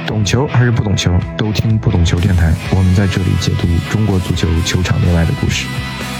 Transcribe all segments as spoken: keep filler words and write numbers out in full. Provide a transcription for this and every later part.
懂球还是不懂球，都听不懂球电台。我们在这里解读中国足球球场内外的故事。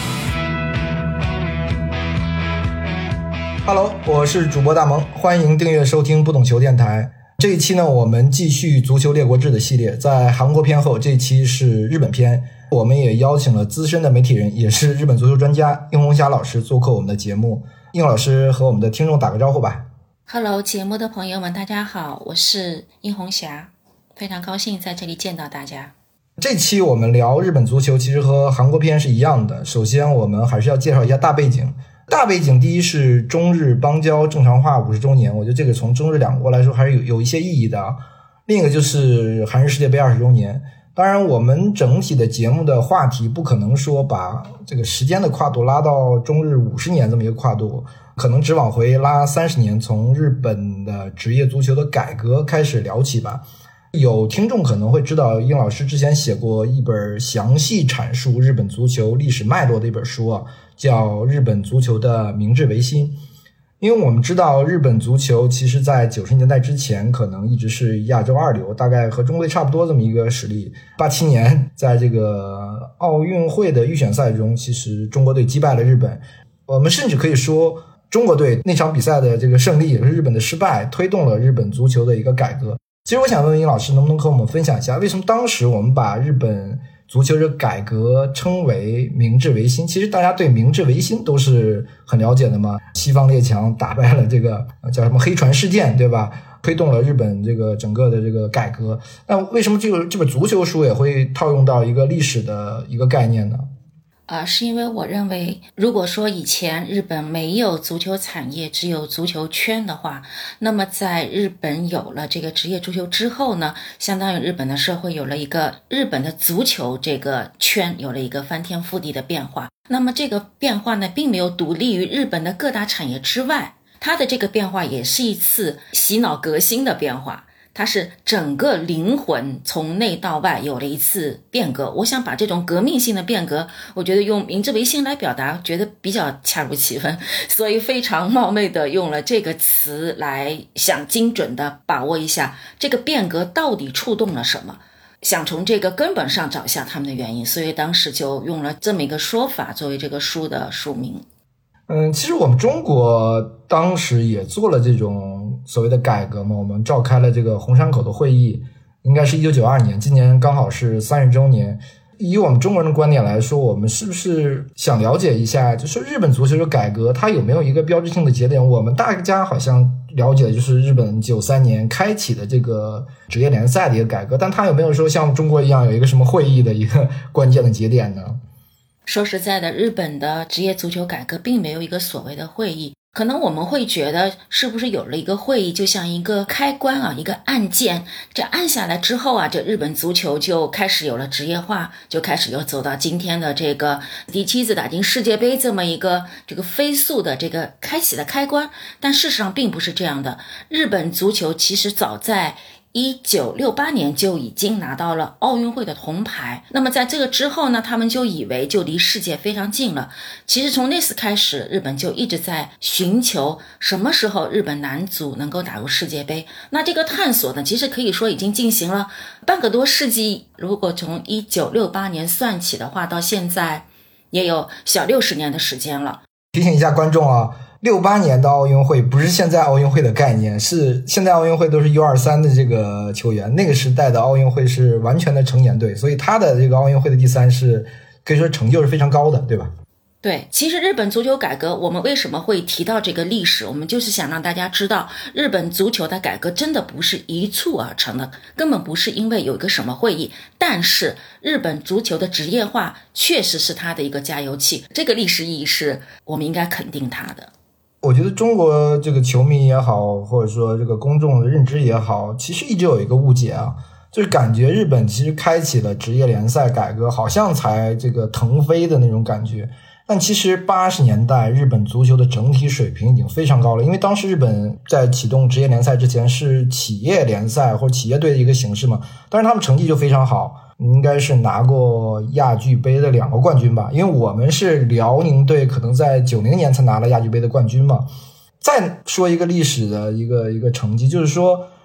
Hello， 我是主播大萌，欢迎订阅收听不懂球电台。这一期呢，我们继续足球列国志的系列，在韩国篇后，这一期是日本篇。我们也邀请了资深的媒体人，也是日本足球专家应红霞老师做客我们的节目。应老师和我们的听众打个招呼吧。 Hello， 节目的朋友们，大家好，我是应红霞，非常高兴在这里见到大家。 这期我们聊日本足球，其实和韩国篇是一样的。首先，我们还是要介绍一下大背景。大背景第一是中日邦交正常化五十周年，我觉得这个从中日两国来说还是有有一些意义的啊。另一个就是韩日世界杯二十周年。当然，我们整体的节目的话题不可能说把这个时间的跨度拉到中日五十年这么一个跨度，可能只往回拉三十年，从日本的职业足球的改革开始聊起吧。有听众可能会知道，应老师之前写过一本详细阐述日本足球历史脉络的一本书啊，叫《日本足球的明治维新》。因为我们知道日本足球其实在九十年代之前可能一直是亚洲二流，大概和中国队差不多这么一个实力。八七年在这个奥运会的预选赛中，其实中国队击败了日本。我们甚至可以说中国队那场比赛的这个胜利也是日本的失败，推动了日本足球的一个改革。其实我想问问尹老师，能不能和我们分享一下，为什么当时我们把日本足球的改革称为明治维新？其实大家对明治维新都是很了解的嘛，西方列强打败了这个叫什么黑船事件，对吧？推动了日本这个整个的这个改革。那为什么这个这本足球书也会套用到一个历史的一个概念呢？ 呃，是因为我认为，如果说以前日本没有足球产业，只有足球圈的话，那么在日本有了这个职业足球之后呢，相当于日本的社会有了一个日本的足球这个圈有了一个翻天覆地的变化。那么这个变化呢，并没有独立于日本的各大产业之外，它的这个变化也是一次洗脑革新的变化。它是整个灵魂从内到外有了一次变革。我想把这种革命性的变革，我觉得用明治维新来表达，觉得比较恰如其分，所以非常冒昧的用了这个词来想精准的把握一下这个变革到底触动了什么，想从这个根本上找一下他们的原因，所以当时就用了这么一个说法作为这个书的书名。 嗯，其实我们中国当时也做了这种所谓的改革嘛，我们召开了这个红山口的会议，应该是一九九二年，今年刚好是三十周年。以我们中国人的观点来说，我们是不是想了解一下，就是日本足球的改革它有没有一个标志性的节点？我们大家好像了解的就是日本九三年开启的这个职业联赛的一个改革，但它有没有说像中国一样有一个什么会议的一个关键的节点呢？ 说实在的，日本的职业足球改革并没有一个所谓的会议，可能我们会觉得是不是有了一个会议就像一个开关啊，一个按键，这按下来之后啊，这日本足球就开始有了职业化，就开始又走到今天的这个第七次打进世界杯这么一个这个飞速的这个开启的开关。但事实上并不是这样的，日本足球其实早在一九六八年就已经拿到了奥运会的铜牌。那么在这个之后呢，他们就以为就离世界非常近了。其实从那次开始，日本就一直在寻求什么时候日本男足能够打入世界杯。那这个探索呢，其实可以说已经进行了半个多世纪。如果从一九六八年算起的话，到现在也有小六十年的时间了。 提醒一下观众啊，六八年的奥运会不是现在奥运会的概念，是现在奥运会都是 U 二十三 的这个球员，那个时代的奥运会是完全的成年队，所以他的这个奥运会的第三是可以说成就是非常高的，对吧？ 对，其实日本足球改革我们为什么会提到这个历史，我们就是想让大家知道日本足球的改革真的不是一蹴而成的，根本不是因为有一个什么会议，但是日本足球的职业化确实是它的一个加油器，这个历史意义是我们应该肯定它的。 我觉得中国这个球迷也好，或者说这个公众的认知也好，其实一直有一个误解啊，就是感觉日本其实开启了职业联赛改革，好像才这个腾飞的那种感觉。但其实八十年代日本足球的整体水平已经非常高了，因为当时日本在启动职业联赛之前是企业联赛或者企业队的一个形式嘛，当然他们成绩就非常好，应该是拿过亚俱杯的两个冠军吧，因为我们是辽宁队可能在九零年才拿了亚俱杯的冠军嘛。再说一个历史的一个一个成绩，就是说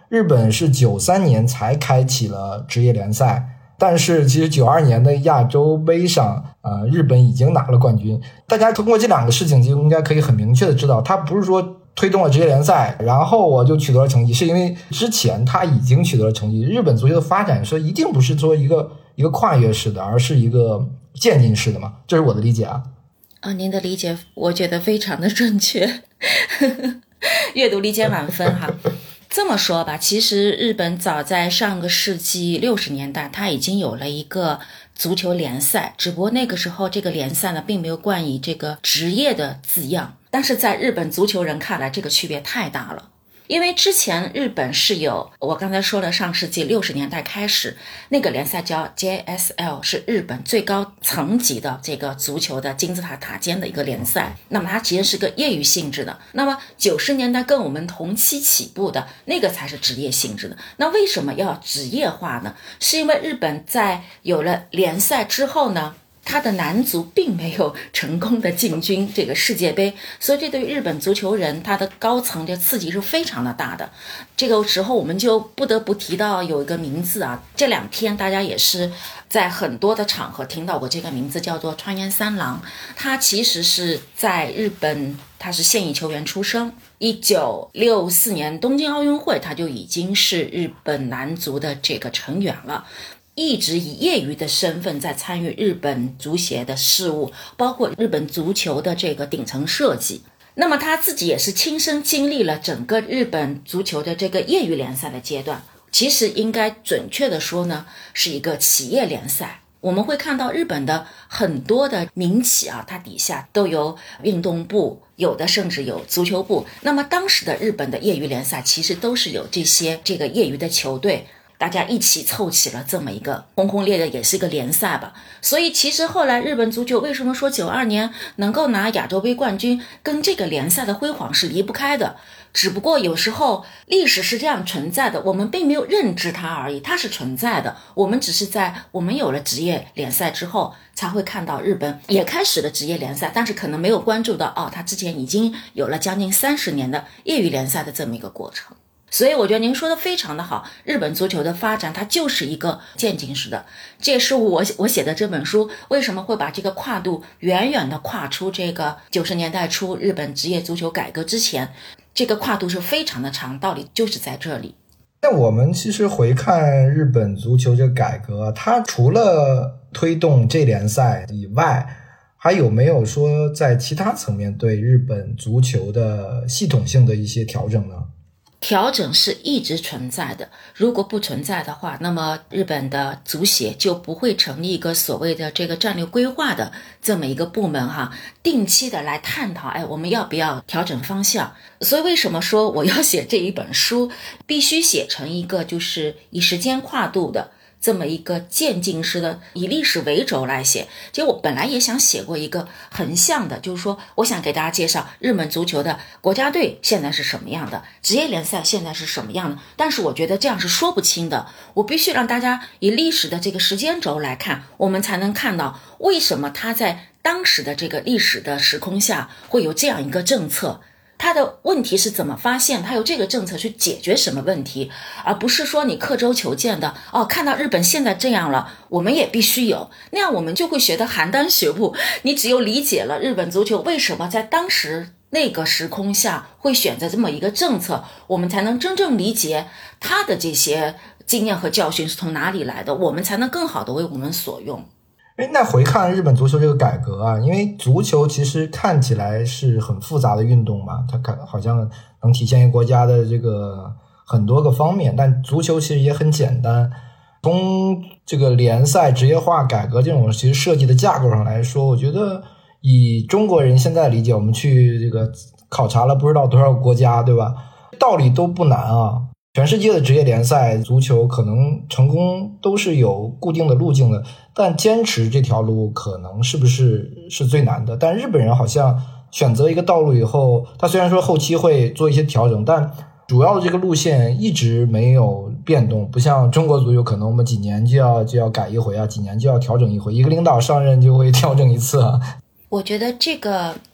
日本是九三年才开启了职业联赛，但是其实九二年的亚洲杯上呃，日本已经拿了冠军。大家通过这两个事情就应该可以很明确的知道，它不是说推动了职业联赛然后我就取得了成绩，是因为之前它已经取得了成绩。日本足球的发展说一定不是说一个一个跨越式的，而是一个渐进式的嘛，这是我的理解啊。 啊，您的理解我觉得非常的正确阅读理解满分哈。这么说吧，其实日本早在上个世纪六十年代它已经有了一个足球联赛，只不过那个时候这个联赛呢并没有冠以这个职业的字样，但是在日本足球人看来这个区别太大了。因为之前日本是有，我刚才说了上世纪六十年代开始，那个联赛叫 J S L， 是日本最高层级的这个足球的金字塔塔尖的一个联赛，那么它其实是个业余性质的。那么九十年代跟我们同期起步的那个才是职业性质的。那为什么要职业化呢？是因为日本在有了联赛之后呢，他的男足并没有成功的进军这个世界杯，所以这对于日本足球人他的高层的刺激是非常的大的。这个时候我们就不得不提到有一个名字啊，这两天大家也是在很多的场合听到过这个名字，叫做川原三郎。他其实是在日本，他是现役球员出身，一九六四年东京奥运会他就已经是日本男足的这个成员了，一直以业余的身份在参与日本足协的事务，包括日本足球的这个顶层设计。那么他自己也是亲身经历了整个日本足球的这个业余联赛的阶段，其实应该准确的说呢，是一个企业联赛。我们会看到日本的很多的民企啊，它底下都有运动部，有的甚至有足球部。那么当时的日本的业余联赛其实都是有这些这个业余的球队，大家一起凑起了这么一个轰轰烈烈，也是一个联赛吧。所以其实后来日本足球为什么说九二年能够拿亚洲杯冠军，跟这个联赛的辉煌是离不开的。只不过有时候历史是这样存在的，我们并没有认知它而已，它是存在的。我们只是在我们有了职业联赛之后，才会看到日本也开始了职业联赛，但是可能没有关注到哦，它之前已经有了将近三十年的业余联赛的这么一个过程。所以我觉得您说的非常的好，日本足球的发展它就是一个渐进式的，这也是我我写的这本书为什么会把这个跨度远远的跨出这个九十年代初日本职业足球改革之前，这个跨度是非常的长，道理就是在这里。 那我们其实回看日本足球这个改革，它除了推动这联赛以外，还有没有说在其他层面对日本足球的系统性的一些调整呢？ 调整是一直存在的，如果不存在的话，那么日本的足协就不会成立一个所谓的这个战略规划的这么一个部门哈，定期的来探讨，哎，我们要不要调整方向？所以为什么说我要写这一本书，必须写成一个就是以时间跨度的这么一个渐进式的，以历史为轴来写。其实我本来也想写过一个横向的，就是说我想给大家介绍日本足球的国家队现在是什么样的，职业联赛现在是什么样的，但是我觉得这样是说不清的，我必须让大家以历史的这个时间轴来看，我们才能看到为什么他在当时的这个历史的时空下会有这样一个政策，他的问题是怎么发现，他有这个政策去解决什么问题，而不是说你刻舟求剑的哦，看到日本现在这样了，我们也必须有，那样我们就会学得邯郸学步。你只有理解了日本足球为什么在当时那个时空下会选择这么一个政策，我们才能真正理解他的这些经验和教训是从哪里来的，我们才能更好的为我们所用。 那回看日本足球这个改革啊，因为足球其实看起来是很复杂的运动嘛，它好像能体现一个国家的这个很多个方面，但足球其实也很简单。从这个联赛职业化改革这种其实设计的架构上来说，我觉得以中国人现在理解，我们去这个考察了不知道多少个国家，对吧？道理都不难啊。全世界的职业联赛足球可能成功都是有固定的路径的，但坚持这条路可能是不是是最难的。但日本人好像选择一个道路以后，他虽然说后期会做一些调整，但主要的这个路线一直没有变动，不像中国足球可能我们几年就要就要改一回啊，几年就要调整一回，一个领导上任就会调整一次啊。 我觉得这个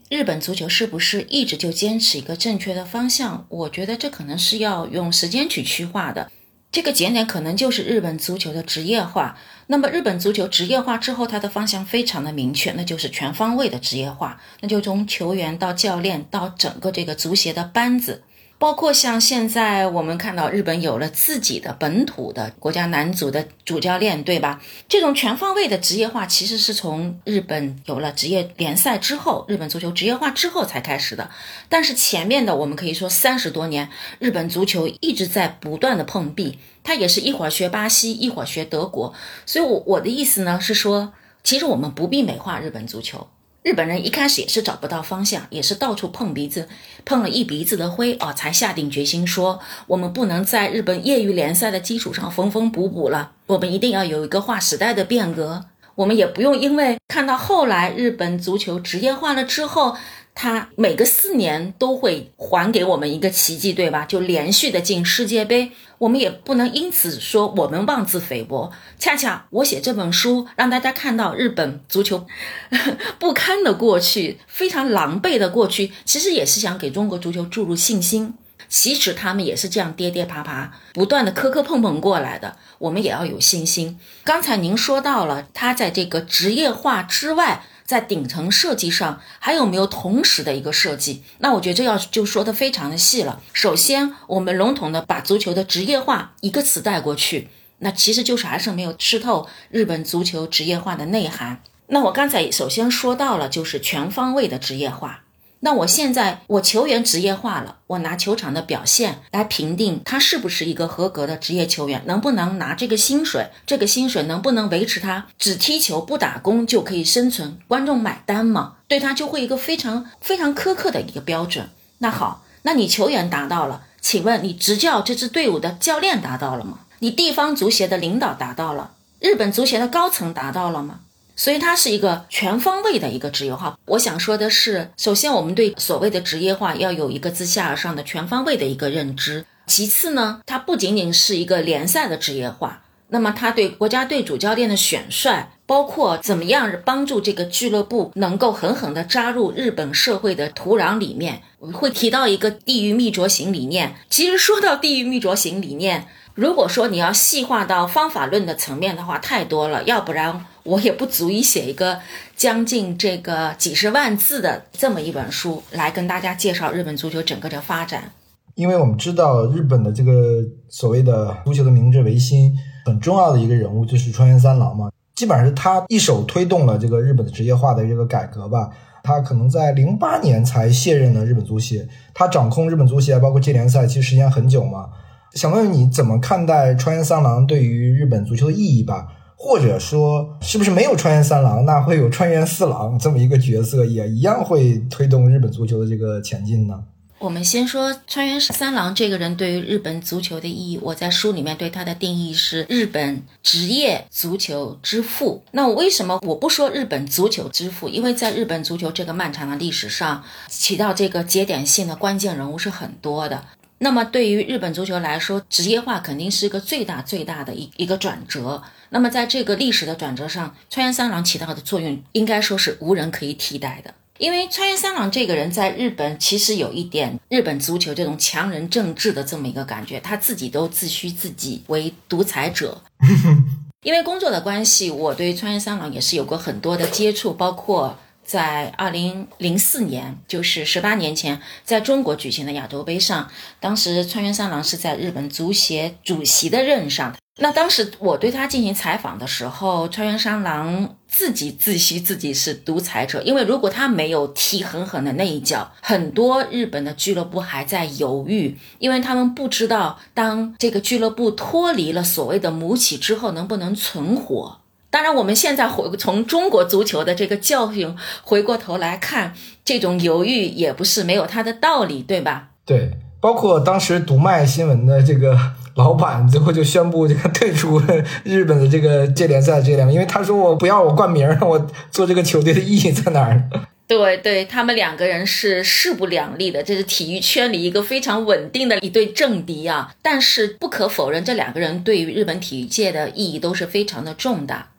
日本足球是不是一直就坚持一个正确的方向？我觉得这可能是要用时间去趋化的。这个节点可能就是日本足球的职业化。那么日本足球职业化之后，它的方向非常的明确，那就是全方位的职业化，那就从球员到教练到整个这个足协的班子。包括像现在我们看到日本有了自己的本土的国家男足的主教练，对吧？这种全方位的职业化其实是从日本有了职业联赛之后，日本足球职业化之后才开始的。但是前面的我们可以说三十多年，日本足球一直在不断的碰壁，它也是一会儿学巴西，一会儿学德国。所以我我的意思呢是说，其实我们不必美化日本足球。日本人一开始也是找不到方向，也是到处碰鼻子，碰了一鼻子的灰哦，才下定决心说，我们不能在日本业余联赛的基础上缝缝补补了，我们一定要有一个划时代的变革。我们也不用因为看到后来日本足球职业化了之后，他每个四年都会还给我们一个奇迹，对吧？就连续的进世界杯，我们也不能因此说我们妄自菲薄。恰恰我写这本书让大家看到日本足球不堪的过去，非常狼狈的过去，其实也是想给中国足球注入信心。其实他们也是这样跌跌爬爬不断的磕磕碰碰过来的，我们也要有信心。刚才您说到了他在这个职业化之外，在顶层设计上还有没有同时的一个设计，那我觉得这要就说的非常的细了。首先我们笼统的把足球的职业化一个词带过去，那其实就是还是没有吃透日本足球职业化的内涵。那我刚才首先说到了就是全方位的职业化，那我现在我球员职业化了，我拿球场的表现来评定他是不是一个合格的职业球员，能不能拿这个薪水，这个薪水能不能维持他只踢球不打工就可以生存，观众买单吗？对他就会一个非常非常苛刻的一个标准。那好，那你球员达到了，请问你执教这支队伍的教练达到了吗？你地方足协的领导达到了，日本足协的高层达到了吗？所以它是一个全方位的一个职业化。我想说的是，首先我们对所谓的职业化要有一个自下而上的全方位的一个认知。其次呢，它不仅仅是一个联赛的职业化，那么它对国家队主教练的选帅，包括怎么样帮助这个俱乐部能够狠狠地扎入日本社会的土壤里面，会提到一个地域密着型理念。其实说到地域密着型理念，如果说你要细化到方法论的层面的话，太多了，要不然我也不足以写一个将近这个几十万字的这么一本书来跟大家介绍日本足球整个的发展。 因为我们知道日本的这个所谓的足球的明治维新很重要的一个人物就是川原三郎嘛，基本上是他一手推动了这个日本的职业化的这个改革吧。他可能在零八年才卸任了日本足协，他掌控日本足协包括 J 联赛其实时间很久嘛。想问问你怎么看待川原三郎对于日本足球的意义吧？或者说是不是没有川原三郎，那会有川原四郎这么一个角色，也一样会推动日本足球的这个前进呢？ 我们先说川原三郎这个人对于日本足球的意义，我在书里面对他的定义是日本职业足球之父。那我为什么我不说日本足球之父？因为在日本足球这个漫长的历史上，起到这个节点性的关键人物是很多的。那么对于日本足球来说，职业化肯定是一个最大最大的一一个转折。那么在这个历史的转折上，川原三郎起到的作用应该说是无人可以替代的。因为川原三郎这个人在日本其实有一点日本足球这种强人政治的这么一个感觉，他自己都自诩自己为独裁者。因为工作的关系，我对川原三郎也是有过很多的接触，包括在二零零四年，就是十八年前，在中国举行的亚洲杯上，当时川原三郎是在日本足协主席的任上。那当时我对他进行采访的时候，川原三郎自己自诩自己是独裁者，因为如果他没有踢狠狠的那一脚，很多日本的俱乐部还在犹豫，因为他们不知道当这个俱乐部脱离了所谓的母企之后能不能存活。当然我们现在回从中国足球的这个教训回过头来看，这种犹豫也不是没有它的道理，对吧？ 对，包括当时读卖新闻的这个老板最后就宣布这个退出日本的这个这联赛这联盟，因为他说我不要我冠名，我做这个球队的意义在哪儿？ 对对，他们两个人是势不两立的，这是体育圈里一个非常稳定的一对政敌啊。但是不可否认，这两个人对于日本体育界的意义都是非常的重大。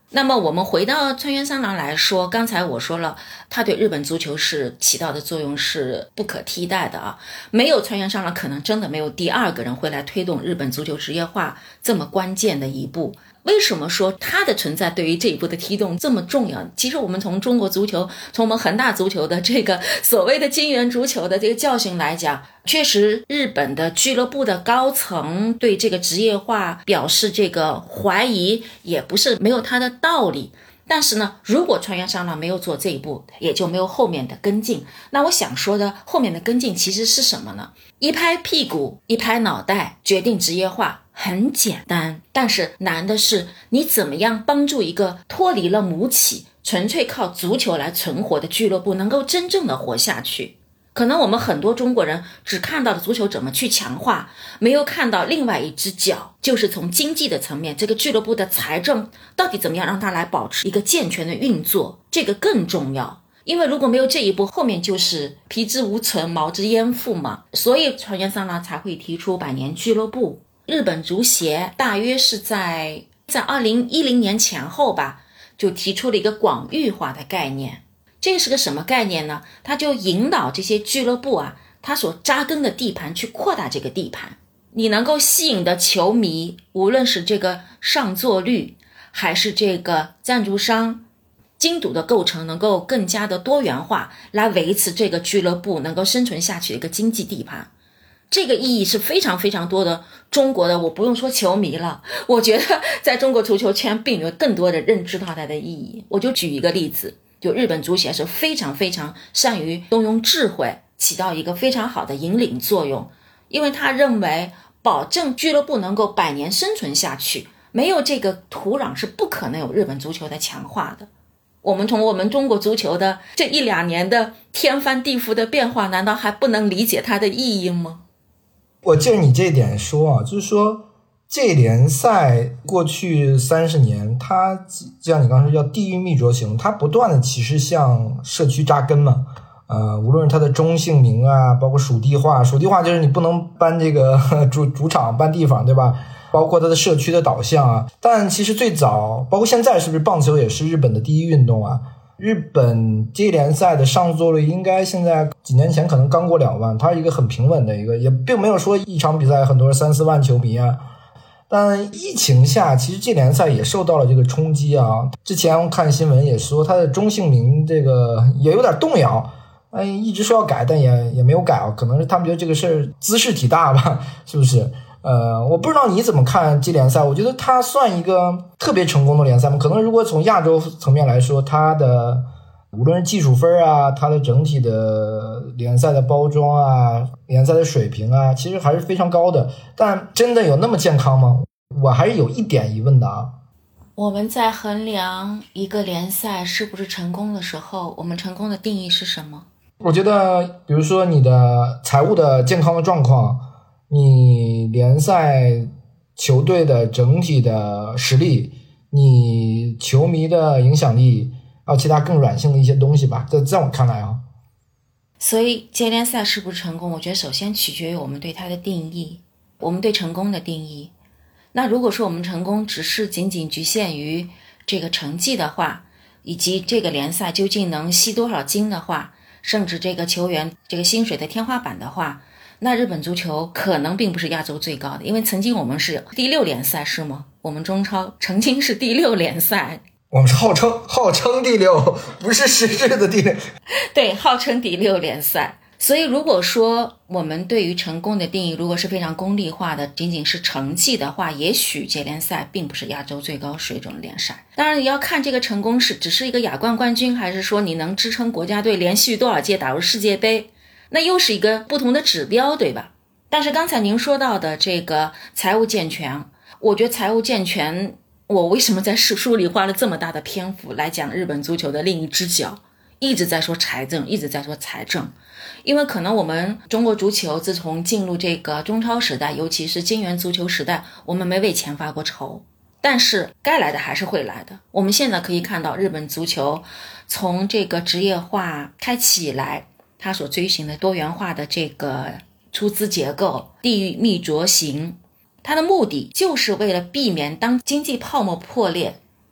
那么我们回到川原三郎来说，刚才我说了，他对日本足球是起到的作用是不可替代的啊！没有川原三郎，可能真的没有第二个人会来推动日本足球职业化这么关键的一步。为什么说他的存在对于这一步的推动这么重要？其实我们从中国足球，从我们恒大足球的这个所谓的金元足球的这个教训来讲，确实日本的俱乐部的高层对这个职业化表示这个怀疑，也不是没有他的道理。但是呢，如果川原三郎没有做这一步，也就没有后面的跟进。那我想说的后面的跟进其实是什么呢？一拍屁股，一拍脑袋，决定职业化很简单，但是难的是你怎么样帮助一个脱离了母企，纯粹靠足球来存活的俱乐部能够真正的活下去。可能我们很多中国人只看到了足球怎么去强化，没有看到另外一只脚，就是从经济的层面，这个俱乐部的财政到底怎么样让它来保持一个健全的运作，这个更重要。因为如果没有这一步，后面就是皮之无存，毛之焉附嘛。所以川原三郎才会提出百年俱乐部。日本足协大约是在在二零一零年前后吧，就提出了一个广域化的概念。这是个什么概念呢？它就引导这些俱乐部啊，它所扎根的地盘去扩大这个地盘。你能够吸引的球迷，无论是这个上座率，还是这个赞助商，精赌的构成能够更加的多元化，来维持这个俱乐部能够生存下去的一个经济地盘。这个意义是非常非常多的。中国的我不用说球迷了，我觉得在中国足球圈并有更多的认知到它的意义。我就举一个例子，就日本足协是非常非常善于动用智慧，起到一个非常好的引领作用。因为他认为保证俱乐部能够百年生存下去，没有这个土壤是不可能有日本足球的强化的。我们从我们中国足球的这一两年的天翻地覆的变化，难道还不能理解它的意义吗？ 我借着你这一点说啊，就是说这联赛过去三十年，它就像你刚才说叫地域密着型，它不断的其实向社区扎根嘛。呃，无论是它的中性名啊，包括属地化，属地化就是你不能搬这个主主场搬地方，对吧？包括它的社区的导向啊。但其实最早，包括现在是不是棒球也是日本的第一运动啊？日本这联赛的上座率应该现在几年前可能刚过两万，它是一个很平稳的一个，也并没有说一场比赛很多三四万球迷啊。但疫情下，其实这联赛也受到了这个冲击啊。之前我看新闻也说，它的中性名这个也有点动摇，哎，一直说要改，但也也没有改啊。可能是他们觉得这个事儿姿势体大吧，是不是？呃，我不知道你怎么看这联赛，我觉得它算一个特别成功的联赛吗？可能如果从亚洲层面来说，它的无论是技术分啊，它的整体的联赛的包装啊，联赛的水平啊，其实还是非常高的。但真的有那么健康吗？我还是有一点疑问的啊。 我们在衡量一个联赛是不是成功的时候，我们成功的定义是什么？ 我觉得比如说你的财务的健康的状况，你联赛球队的整体的实力，你球迷的影响力，还有其他更软性的一些东西吧，在在我看来啊。 所以接联赛是不是成功，我觉得首先取决于我们对它的定义，我们对成功的定义。那如果说我们成功只是仅仅局限于这个成绩的话，以及这个联赛究竟能吸多少金的话，甚至这个球员这个薪水的天花板的话，那日本足球可能并不是亚洲最高的。因为曾经我们是第六联赛，是吗？我们中超曾经是第六联赛， 我们是号称号称第六，不是实质的第六。 对，号称第六联赛。所以如果说我们对于成功的定义如果是非常功利化的，仅仅是成绩的话，也许这联赛并不是亚洲最高水准的联赛。当然也要看这个成功是只是一个亚冠冠军，还是说你能支撑国家队连续多少届打入世界杯，那又是一个不同的指标，对吧？但是刚才您说到的这个财务健全，我觉得财务健全，我为什么在书里花了这么大的篇幅来讲日本足球的另一只脚，一直在说财政，一直在说财政。因为可能我们中国足球自从进入这个中超时代，尤其是金元足球时代，我们没为钱发过愁，但是该来的还是会来的。我们现在可以看到日本足球从这个职业化开启以来，它所追寻的多元化的这个出资结构，地域密着型，它的目的就是为了避免当经济泡沫破裂，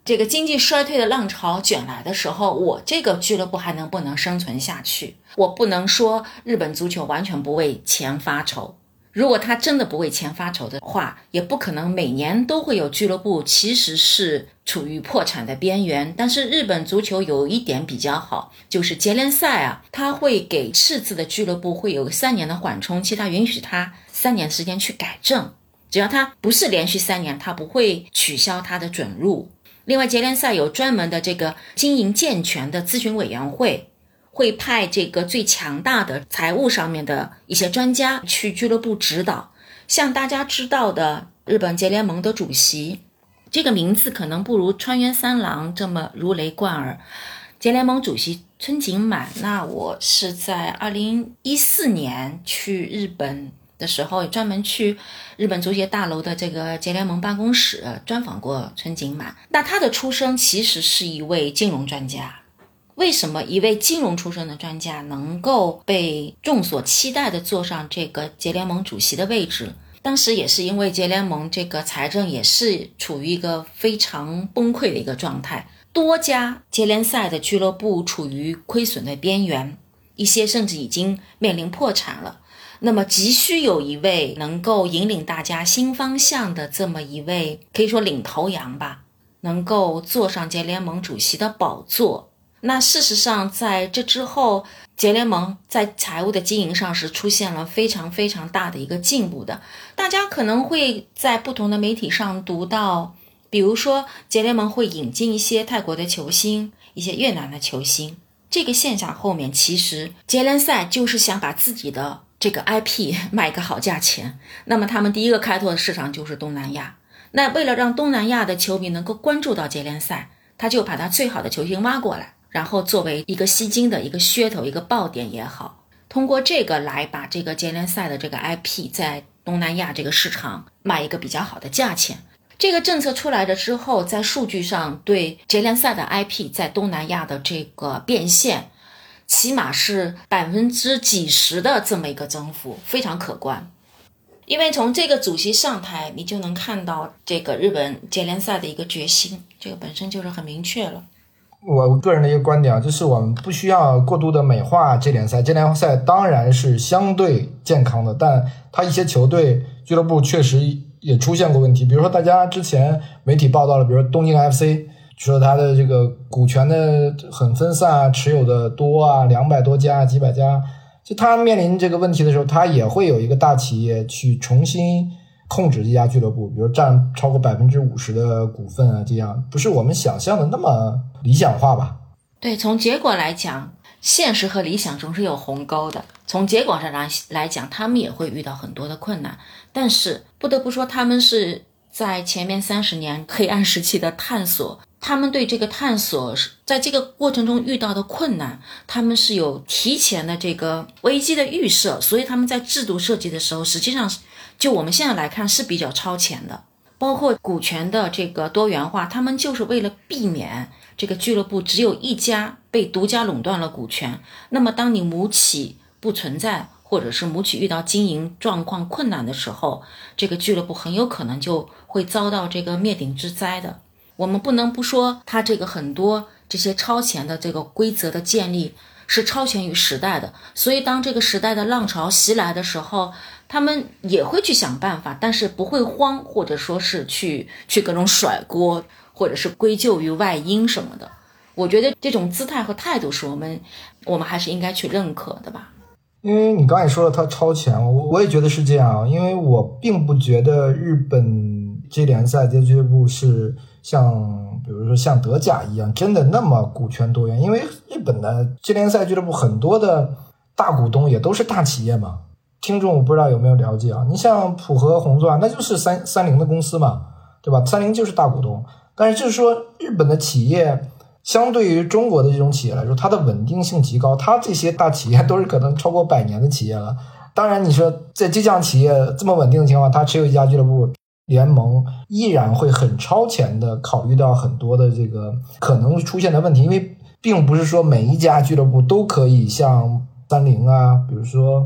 这个经济衰退的浪潮卷来的时候，我这个俱乐部还能不能生存下去？我不能说日本足球完全不为钱发愁，如果他真的不为钱发愁的话，也不可能每年都会有俱乐部其实是处于破产的边缘。但是日本足球有一点比较好，就是节联赛啊，它会给赤字的俱乐部会有三年的缓冲期，它允许他三年时间去改正，只要它不是连续三年，它不会取消它的准入。另外节联赛有专门的这个经营健全的咨询委员会，会派这个最强大的财务上面的一些专家去俱乐部指导。像大家知道的日本节联盟的主席，这个名字可能不如川原三郎这么如雷贯耳。节联盟主席村井满，那我是在二零一四年去日本的时候，专门去日本足协大楼的这个节联盟办公室专访过村井满。那他的出身其实是一位金融专家。为什么一位金融出身的专家能够被众所期待的坐上这个节联盟主席的位置？当时也是因为节联盟这个财政也是处于一个非常崩溃的一个状态，多家节联赛的俱乐部处于亏损的边缘，一些甚至已经面临破产了。那么急需有一位能够引领大家新方向的这么一位，可以说领头羊吧，能够坐上节联盟主席的宝座。那事实上在这之后，节联盟在财务的经营上是出现了非常非常大的一个进步的。大家可能会在不同的媒体上读到，比如说节联盟会引进一些泰国的球星，一些越南的球星。这个现象后面其实节联赛就是想把自己的这个 I P 卖个好价钱，那么他们第一个开拓的市场就是东南亚。那为了让东南亚的球迷能够关注到节联赛，他就把他最好的球星挖过来，然后作为一个吸金的一个噱头，一个爆点也好，通过这个来把这个节联赛的这个 I P 在东南亚这个市场卖一个比较好的价钱。这个政策出来了之后，在数据上对节联赛的 I P 在东南亚的这个变现起码是百分之几十的这么一个增幅，非常可观。因为从这个主席上台，你就能看到这个日本节联赛的一个决心，这个本身就是很明确了。 我个人的一个观点啊，就是我们不需要过度的美化节联赛。节联赛当然是相对健康的，但它一些球队俱乐部确实也出现过问题。比如说大家之前媒体报道了，比如说东京 F C， 说它的这个股权的很分散，持有的多啊，两百多家几百家，就它面临这个问题的时候，它也会有一个大企业去重新控制这家俱乐部，比如占超过百分之五十的股份啊，这样不是我们想象的那么理想化吧？ 对，从结果来讲，现实和理想总是有鸿沟的。从结果上来来讲，他们也会遇到很多的困难，但是不得不说，他们是在前面三十年黑暗时期的探索，他们对这个探索在这个过程中遇到的困难，他们是有提前的这个危机的预设，所以他们在制度设计的时候，实际上就我们现在来看是比较超前的。包括股权的这个多元化，他们就是为了避免这个俱乐部只有一家被独家垄断了股权，那么当你母企不存在，或者是母企遇到经营状况困难的时候，这个俱乐部很有可能就会遭到这个灭顶之灾的。我们不能不说它这个很多这些超前的这个规则的建立是超前于时代的，所以当这个时代的浪潮袭来的时候，他们也会去想办法，但是不会慌，或者说是去去各种甩锅，或者是归咎于外因什么的。我觉得这种姿态和态度是我们我们还是应该去认可的吧。 因为你刚才说了它超前，我我也觉得是这样，因为我并不觉得日本这联赛这俱乐部是像比如说像德甲一样真的那么股权多元，因为日本的这联赛俱乐部很多的大股东也都是大企业嘛。听众我不知道有没有了解啊？你像浦和红钻，那就是三三菱的公司嘛，对吧？三菱就是大股东，但是就是说日本的企业相对于中国的这种企业来说，它的稳定性极高，它这些大企业都是可能超过百年的企业了。当然你说在这样企业这么稳定的情况，它持有一家俱乐部联盟依然会很超前的考虑到很多的这个可能出现的问题，因为并不是说每一家俱乐部都可以像三菱啊，比如说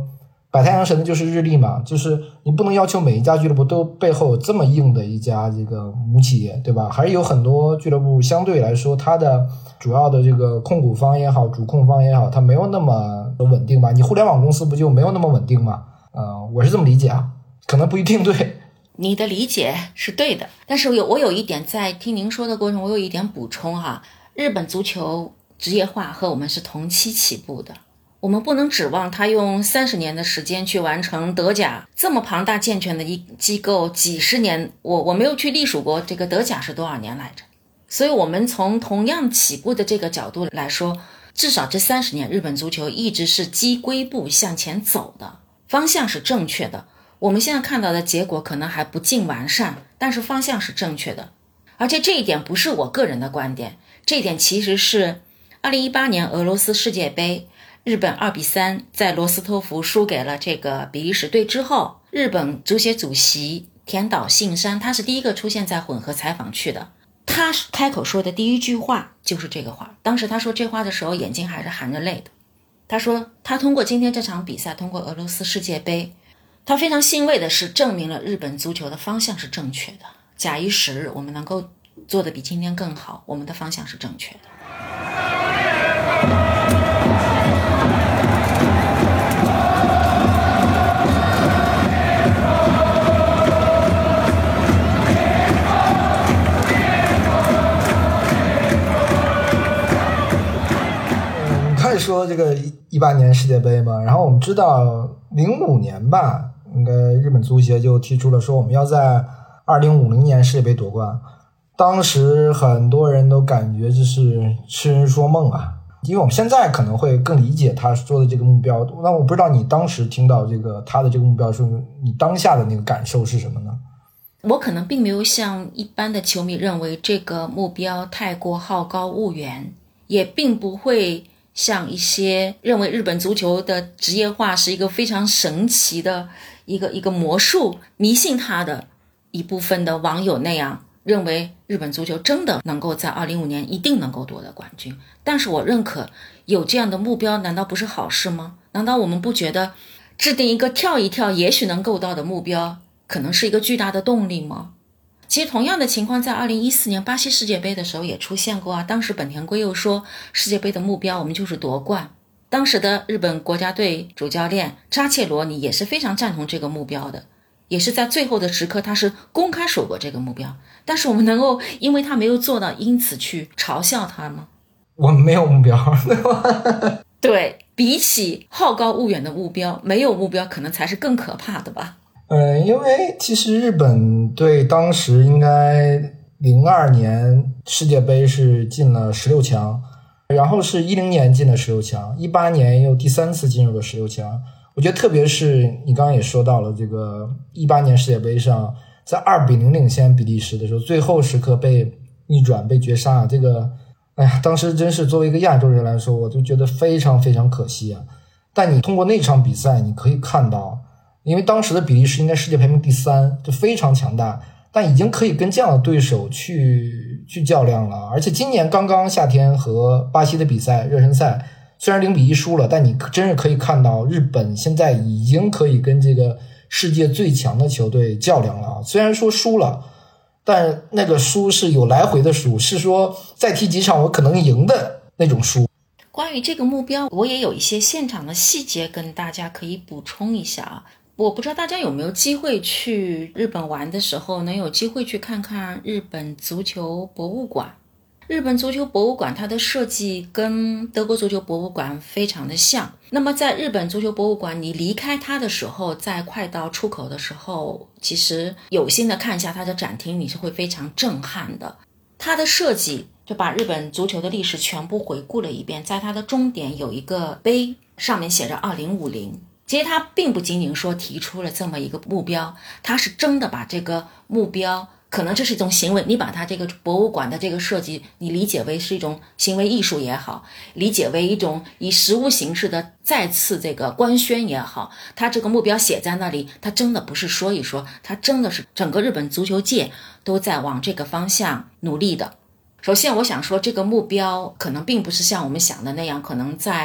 摆太阳神的就是日立嘛，就是你不能要求每一家俱乐部都背后有这么硬的一家这个母企业，对吧？还是有很多俱乐部相对来说它的主要的这个控股方也好，主控方也好，它没有那么稳定吧？你互联网公司不就没有那么稳定吗？呃，我是这么理解啊，可能不一定对。 你的理解是对的，但是我有我有一点在听您说的过程，我有一点补充哈。日本足球职业化和我们是同期起步的，我们不能指望他用三十年的时间去完成德甲这么庞大健全的一机构，几十年，我我没有去隶属过这个德甲是多少年来着，所以我们从同样起步的这个角度来说，至少这三十年日本足球一直是基规步向前走的，方向是正确的。我们现在看到的结果可能还不尽完善，但是方向是正确的。而且这一点不是我个人的观点，这一点其实是二零一八年俄罗斯世界杯，日本二比三在罗斯托夫输给了这个比利时队之后，日本足协主席田岛信山他是第一个出现在混合采访区的，他开口说的第一句话就是这个话。当时他说这话的时候眼睛还是含着泪的。他说他通过今天这场比赛，通过俄罗斯世界杯，他非常欣慰的是证明了日本足球的方向是正确的。假以时日，我们能够做得比今天更好，我们的方向是正确的。 嗯，开始说这个一八年世界杯嘛，然后我们知道零五年吧，应该日本足协就提出了说我们要在二零五零年世界杯夺冠。当时很多人都感觉这是痴人说梦啊，因为我们现在可能会更理解他说的这个目标。那我不知道你当时听到这个他的这个目标，说你当下的那个感受是什么呢？ 我可能并没有像一般的球迷认为这个目标太过好高骛远，也并不会像一些认为日本足球的职业化是一个非常神奇的一个一个魔术，迷信他的一部分的网友那样认为日本足球真的能够在二零五年一定能够夺得冠军。但是我认可有这样的目标难道不是好事吗？难道我们不觉得制定一个跳一跳也许能够到的目标可能是一个巨大的动力吗？其实同样的情况在二零一四年巴西世界杯的时候也出现过啊。当时本田圭佑说世界杯的目标我们就是夺冠，当时的日本国家队主教练扎切罗尼也是非常赞同这个目标的，也是在最后的时刻他是公开说过这个目标。但是我们能够因为他没有做到因此去嘲笑他吗？ 我们没有目标，对吧？ 对，比起好高骛远的目标，没有目标可能才是更可怕的吧。 嗯，因为其实日本队当时应该零二年世界杯是进了十六强，然后是一零年进了十六强，一八年又第三次进入了十六强。我觉得特别是你刚刚也说到了这个一八年世界杯上，在二比零领先比利时的时候，最后时刻被逆转被绝杀，这个哎呀，当时真是作为一个亚洲人来说，我就觉得非常非常可惜啊。但你通过那场比赛你可以看到，因为当时的比利时应该世界排名第三，就非常强大，但已经可以跟这样的对手去去较量了。而且今年刚刚夏天和巴西的比赛热身赛虽然零比一输了，但你真是可以看到日本现在已经可以跟这个世界最强的球队较量了。虽然说输了，但那个输是有来回的输，是说再踢几场我可能赢的那种输。 关于这个目标，我也有一些现场的细节跟大家可以补充一下啊。我不知道大家有没有机会去日本玩的时候能有机会去看看日本足球博物馆。日本足球博物馆它的设计跟德国足球博物馆非常的像。那么在日本足球博物馆你离开它的时候，在快到出口的时候，其实有心的看一下它的展厅，你是会非常震撼的。它的设计就把日本足球的历史全部回顾了一遍，在它的终点有一个碑，上面写着二零五零。其实他并不仅仅说提出了这么一个目标，他是真的把这个目标，可能这是一种行为，你把它这个博物馆的这个设计你理解为是一种行为艺术也好，理解为一种以实物形式的再次这个官宣也好，他这个目标写在那里，他真的不是说一说，他真的是整个日本足球界都在往这个方向努力的。首先我想说这个目标可能并不是像我们想的那样，可能在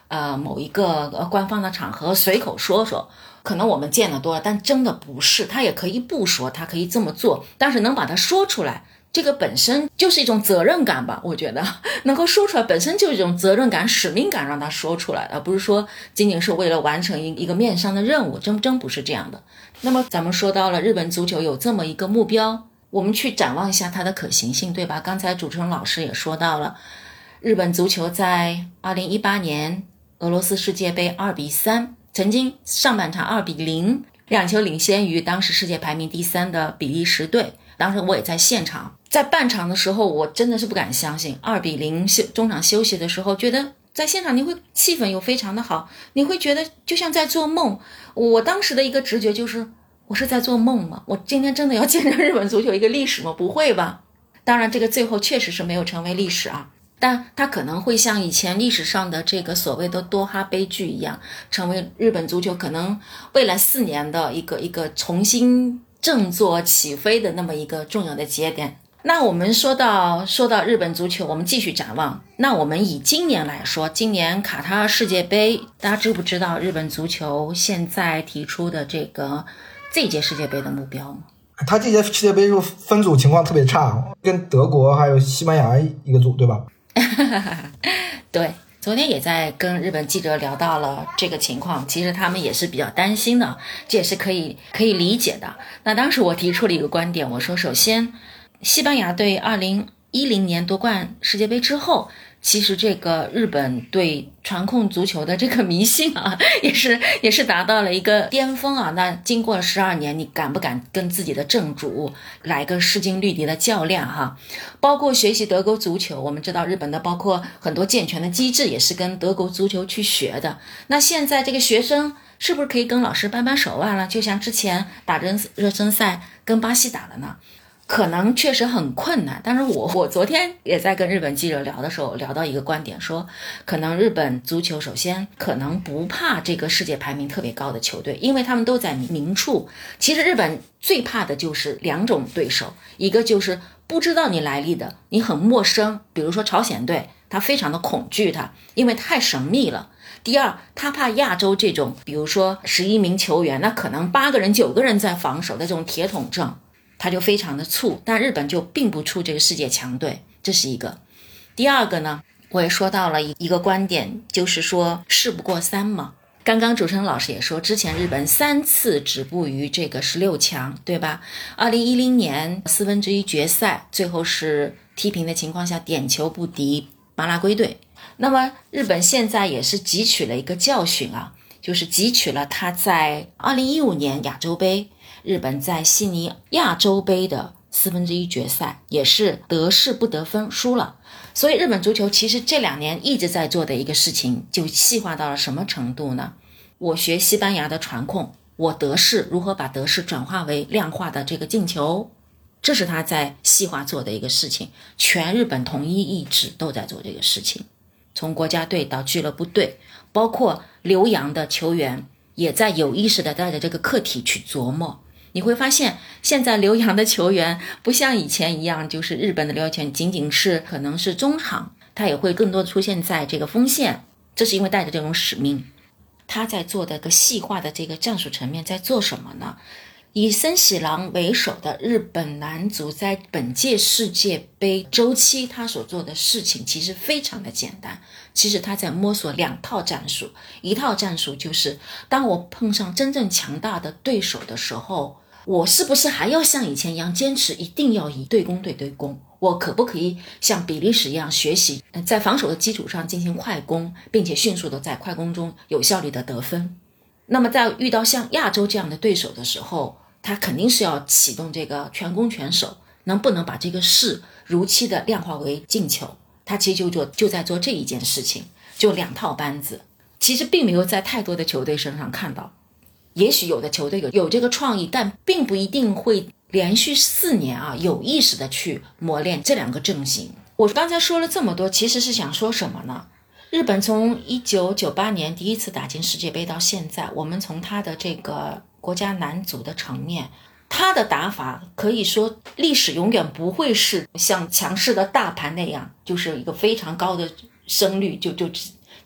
呃某一个呃官方的场合随口说说，可能我们见得多了，但真的不是。他也可以不说，他可以这么做，但是能把它说出来，这个本身就是一种责任感吧。我觉得能够说出来本身就是一种责任感、使命感，让他说出来，而不是说仅仅是为了完成一个面上的任务，真真不是这样的。那么咱们说到了日本足球有这么一个目标，我们去展望一下它的可行性，对吧？刚才主持人老师也说到了，日本足球在二零一八年俄罗斯世界杯二比三，曾经上半场二比零，两球领先于当时世界排名第三的比利时队。当时我也在现场，在半场的时候我真的是不敢相信，二比零休中场休息的时候，觉得在现场你会气氛又非常的好，你会觉得就像在做梦。我当时的一个直觉就是，我是在做梦吗？我今天真的要见证日本足球一个历史吗？不会吧。当然这个最后确实是没有成为历史啊，但它可能会像以前历史上的这个所谓的多哈悲剧一样，成为日本足球可能未来四年的一个一个重新振作起飞的那么一个重要的节点。那我们说到说到日本足球，我们继续展望。那我们以今年来说，今年卡塔尔世界杯，大家知不知道日本足球现在提出的这个这一届世界杯的目标吗？ 他这届世界杯是分组情况特别差，跟德国还有西班牙一个组，对吧？ 对，昨天也在跟日本记者聊到了这个情况，其实他们也是比较担心的，这也是可以可以理解的。那当时我提出了一个观点，我说首先西班牙队二零一零年夺冠世界杯之后，其实这个日本对传控足球的这个迷信啊，也是也是达到了一个巅峰啊。那经过了十二年，你敢不敢跟自己的正主来个势均力敌的较量哈？包括学习德国足球，我们知道日本的包括很多健全的机制也是跟德国足球去学的。那现在这个学生是不是可以跟老师扳扳手腕了？就像之前打热身赛跟巴西打的呢？可能确实很困难，但是我我昨天也在跟日本记者聊的时候聊到一个观点，说可能日本足球首先可能不怕这个世界排名特别高的球队，因为他们都在明处。其实日本最怕的就是两种对手，一个就是不知道你来历的，你很陌生，比如说朝鲜队，他非常的恐惧他，因为太神秘了。第二，他怕亚洲这种，比如说十一名球员，那可能八个人九个人在防守的这种铁桶阵，他就非常的怵，但日本就并不怵这个世界强队，这是一个。第二个呢，我也说到了一个观点，就是说事不过三嘛。刚刚主持人老师也说，之前日本三次止步于这个十六强，对吧？二零一零年四分之一决赛，最后是踢平的情况下点球不敌巴拉圭队。那么日本现在也是汲取了一个教训啊，就是汲取了他在二零一五年亚洲杯，日本在悉尼亚洲杯的四分之一决赛也是得势不得分，输了。所以日本足球其实这两年一直在做的一个事情，就细化到了什么程度呢？我学西班牙的传控，我得势如何把得势转化为量化的这个进球，这是他在细化做的一个事情。全日本统一意志都在做这个事情，从国家队到俱乐部队，包括留洋的球员也在有意识的带着这个课题去琢磨。你会发现现在留洋的球员不像以前一样，就是日本的留洋球员仅仅是可能是中场，他也会更多的出现在这个锋线，这是因为带着这种使命。他在做的个细化的这个战术层面在做什么呢？以森喜朗为首的日本男足在本届世界杯周期他所做的事情其实非常的简单，其实他在摸索两套战术。一套战术就是当我碰上真正强大的对手的时候，我是不是还要像以前一样坚持一定要以对攻对对攻，我可不可以像比利时一样学习在防守的基础上进行快攻，并且迅速的在快攻中有效率的得分。那么在遇到像亚洲这样的对手的时候，他肯定是要启动这个全攻全守，能不能把这个势如期的量化为进球，他其实就做就在做这一件事情，就两套班子。其实并没有在太多的球队身上看到，也许有的球队有有这个创意，但并不一定会连续四年啊有意识的去磨练这两个阵型。我刚才说了这么多，其实是想说什么呢？日本从一九九八年第一次打进世界杯到现在，我们从他的这个国家男足的层面，他的打法可以说历史永远不会是像强势的大盘那样，就是一个非常高的胜率就就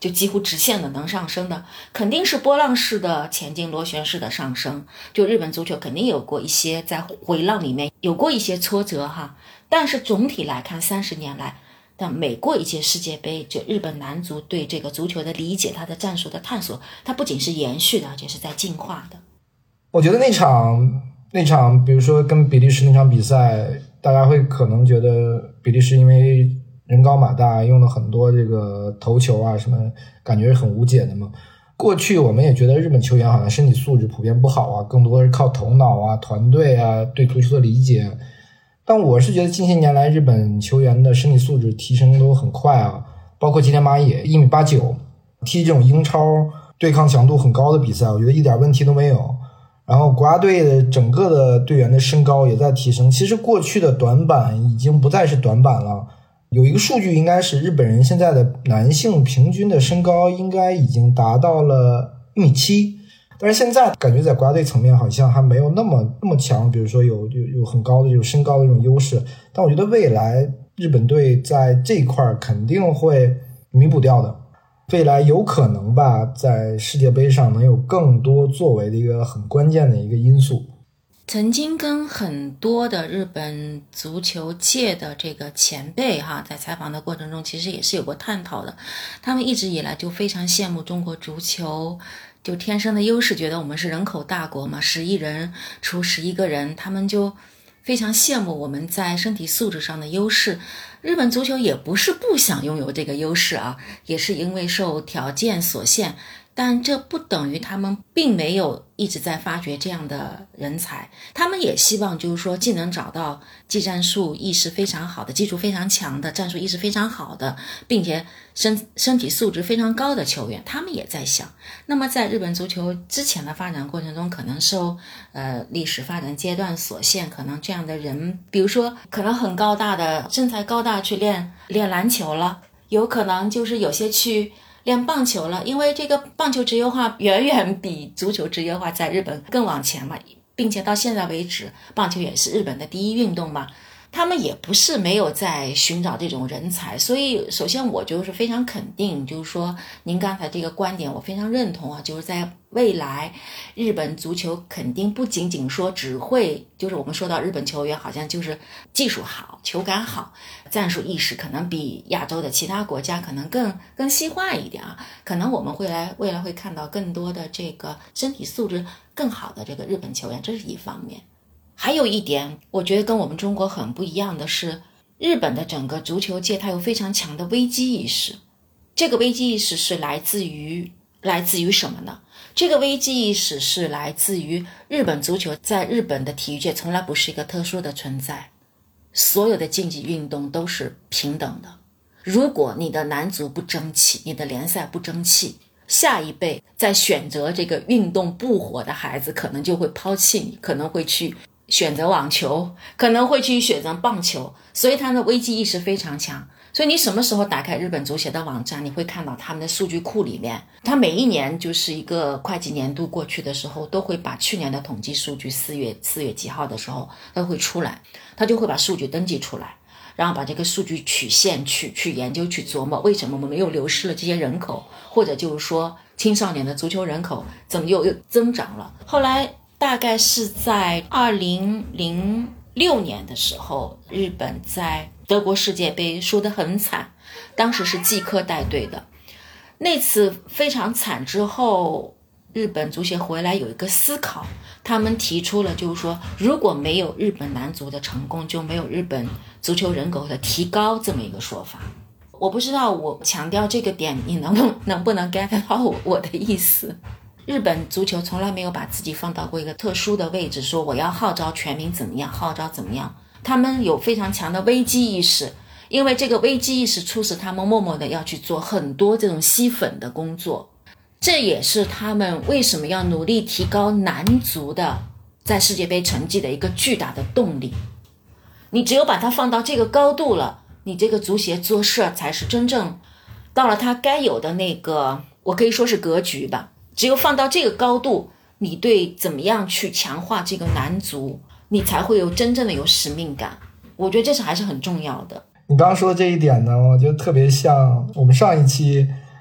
就几乎直线的能上升的，肯定是波浪式的前进螺旋式的上升。就日本足球肯定有过一些在回浪里面有过一些挫折哈，但是总体来看三十年来，但每过一届世界杯，就日本男足对这个足球的理解，他的战术的探索，它不仅是延续的，而且是在进化的。 我觉得那场那场比如说跟比利时那场比赛，大家会可能觉得比利时因为人高马大，用了很多这个头球啊什么，感觉是很无解的嘛。过去我们也觉得日本球员好像身体素质普遍不好啊，更多是靠头脑啊、团队啊、对足球的理解。但我是觉得近些年来日本球员的身体素质提升都很快啊，包括吉田麻也一米八九，踢这种英超对抗强度很高的比赛，我觉得一点问题都没有。然后国家队的整个的队员的身高也在提升，其实过去的短板已经不再是短板了。有一个数据应该是日本人现在的男性平均的身高应该已经达到了一米七，但是现在感觉在国家队层面好像还没有那么那么强，比如说有有有很高的有身高的这种优势，但我觉得未来日本队在这一块肯定会弥补掉的，未来有可能吧，在世界杯上能有更多作为的一个很关键的一个因素。 曾经跟很多的日本足球界的这个前辈哈，在采访的过程中其实也是有过探讨的，他们一直以来就非常羡慕中国足球就天生的优势，觉得我们是人口大国嘛，十亿人除十一个人，他们就非常羡慕我们在身体素质上的优势。日本足球也不是不想拥有这个优势啊，也是因为受条件所限，但这不等于他们并没有一直在发掘这样的人才。他们也希望就是说既能找到技战术意识非常好的、技术非常强的、战术意识非常好的，并且身身体素质非常高的球员，他们也在想。那么在日本足球之前的发展过程中，可能受呃历史发展阶段所限，可能这样的人，比如说可能很高大的身材高大去练练篮球了，有可能就是有些去练棒球了，因为这个棒球职业化远远比足球职业化在日本更往前嘛，并且到现在为止棒球也是日本的第一运动嘛，他们也不是没有在寻找这种人才。所以首先我就是非常肯定，就是说您刚才这个观点我非常认同啊，就是在未来日本足球肯定不仅仅说只会，就是我们说到日本球员好像就是技术好、球感好，战术意识可能比亚洲的其他国家可能更更西化一点啊，可能我们会来未来会看到更多的这个身体素质更好的这个日本球员，这是一方面。还有一点我觉得跟我们中国很不一样的是，日本的整个足球界它有非常强的危机意识。这个危机意识是来自于来自于什么呢？这个危机意识是来自于日本足球在日本的体育界从来不是一个特殊的存在，所有的竞技运动都是平等的。如果你的男足不争气，你的联赛不争气，下一辈在选择这个运动不火的孩子可能就会抛弃你，可能会去选择网球，可能会去选择棒球，所以他的危机意识非常强。所以你什么时候打开日本足协的网站，你会看到他们的数据库里面，他每一年就是一个会计年度过去的时候，都会把去年的统计数据四月四月几号的时候都会出来，他就会把数据登记出来，然后把这个数据曲线去去研究去琢磨，为什么我们又流失了这些人口，或者就是说青少年的足球人口怎么又又增长了。后来大概是在二零零六年的时候，日本在德国世界杯输得很惨，当时是季科带队的，那次非常惨之后，日本足协回来有一个思考，他们提出了就是说，如果没有日本男足的成功，就没有日本足球人口的提高这么一个说法。我不知道我强调这个点你能不能不能 get 到我我的意思。日本足球从来没有把自己放到过一个特殊的位置，说我要号召全民怎么样，号召怎么样。他们有非常强的危机意识，因为这个危机意识促使他们默默的要去做很多这种吸粉的工作，这也是他们为什么要努力提高男足的在世界杯成绩的一个巨大的动力。你只有把它放到这个高度了，你这个足协做事才是真正到了它该有的那个，我可以说是格局吧。只有放到这个高度，你对怎么样去强化这个男足，你才会有真正的有使命感。我觉得这是还是很重要的。 你刚刚说的这一点呢，我觉得特别像我们上一期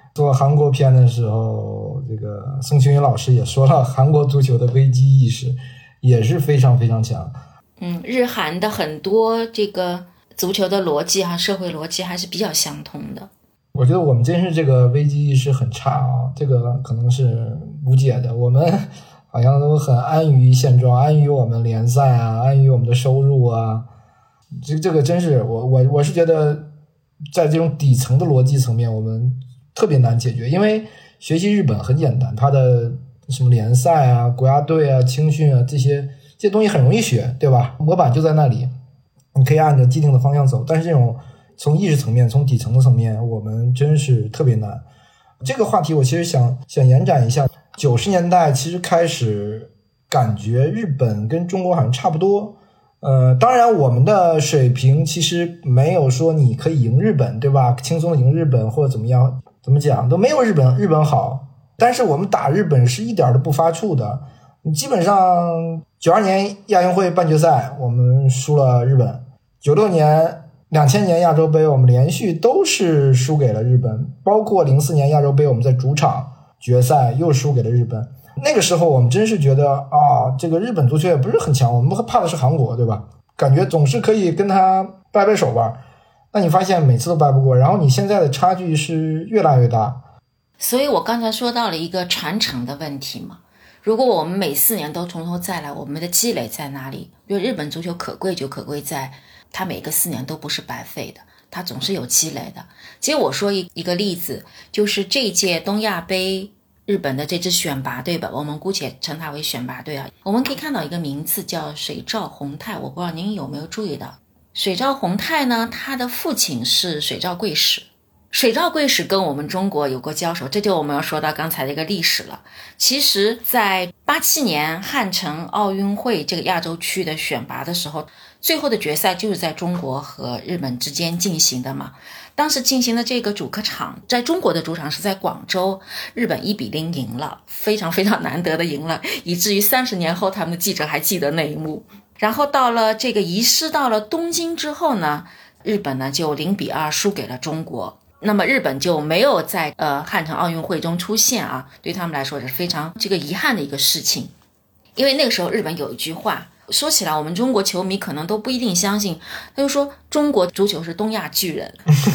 做韩国片的时候，这个宋庆云老师也说了，韩国足球的危机意识也是非常非常强。 嗯，日韩的很多这个足球的逻辑哈、啊，社会逻辑还是比较相通的。 我觉得我们真是这个危机意识很差啊，这个可能是无解的。我们好像都很安于现状，安于我们联赛啊，安于我们的收入啊。这这个真是我我我是觉得，在这种底层的逻辑层面，我们特别难解决。因为学习日本很简单，它的什么联赛啊、国家队啊、青训啊这些这些东西很容易学，对吧？模板就在那里，你可以按照既定的方向走。但是这种从意识层面、从底层的层面，我们真是特别难。这个话题我其实想想延展一下。九十年代其实开始感觉日本跟中国好像差不多，呃，当然我们的水平其实没有说你可以赢日本，对吧？轻松的赢日本或者怎么样，怎么讲都没有日本日本好。但是我们打日本是一点都不发怵的。基本上九二年亚运会半决赛我们输了日本，九六年两千年亚洲杯我们连续都是输给了日本，包括零四年亚洲杯我们在主场决赛又输给了日本。那个时候我们真是觉得啊，这个日本足球也不是很强，我们怕的是韩国，对吧？感觉总是可以跟他掰掰手腕。那你发现每次都掰不过，然后你现在的差距是越来越大。 所以我刚才说到了一个传承的问题嘛。如果我们每四年都从头再来，我们的积累在哪里？因为日本足球可贵就可贵在它每个四年都不是白费的，它总是有积累的。其实我说一一个例子，就是这一届东亚杯日本的这支选拔队吧，我们姑且称它为选拔队啊。我们可以看到一个名字叫水照宏太，我不知道您有没有注意到。水照宏太呢，他的父亲是水照贵史。水照贵史跟我们中国有过交手，这就我们要说到刚才的一个历史了。其实在八七年汉城奥运会这个亚洲区的选拔的时候，最后的决赛就是在中国和日本之间进行的嘛。当时进行的这个主客场，在中国的主场是在广州，日本一比零赢了，非常非常难得的赢了，以至于三十年后他们的记者还记得那一幕。然后到了这个移师到了东京之后呢，日本呢就零比二输给了中国。那么日本就没有在呃汉城奥运会中出现啊，对他们来说是非常这个遗憾的一个事情。因为那个时候日本有一句话，说起来我们中国球迷可能都不一定相信，他就说中国足球是东亚巨人。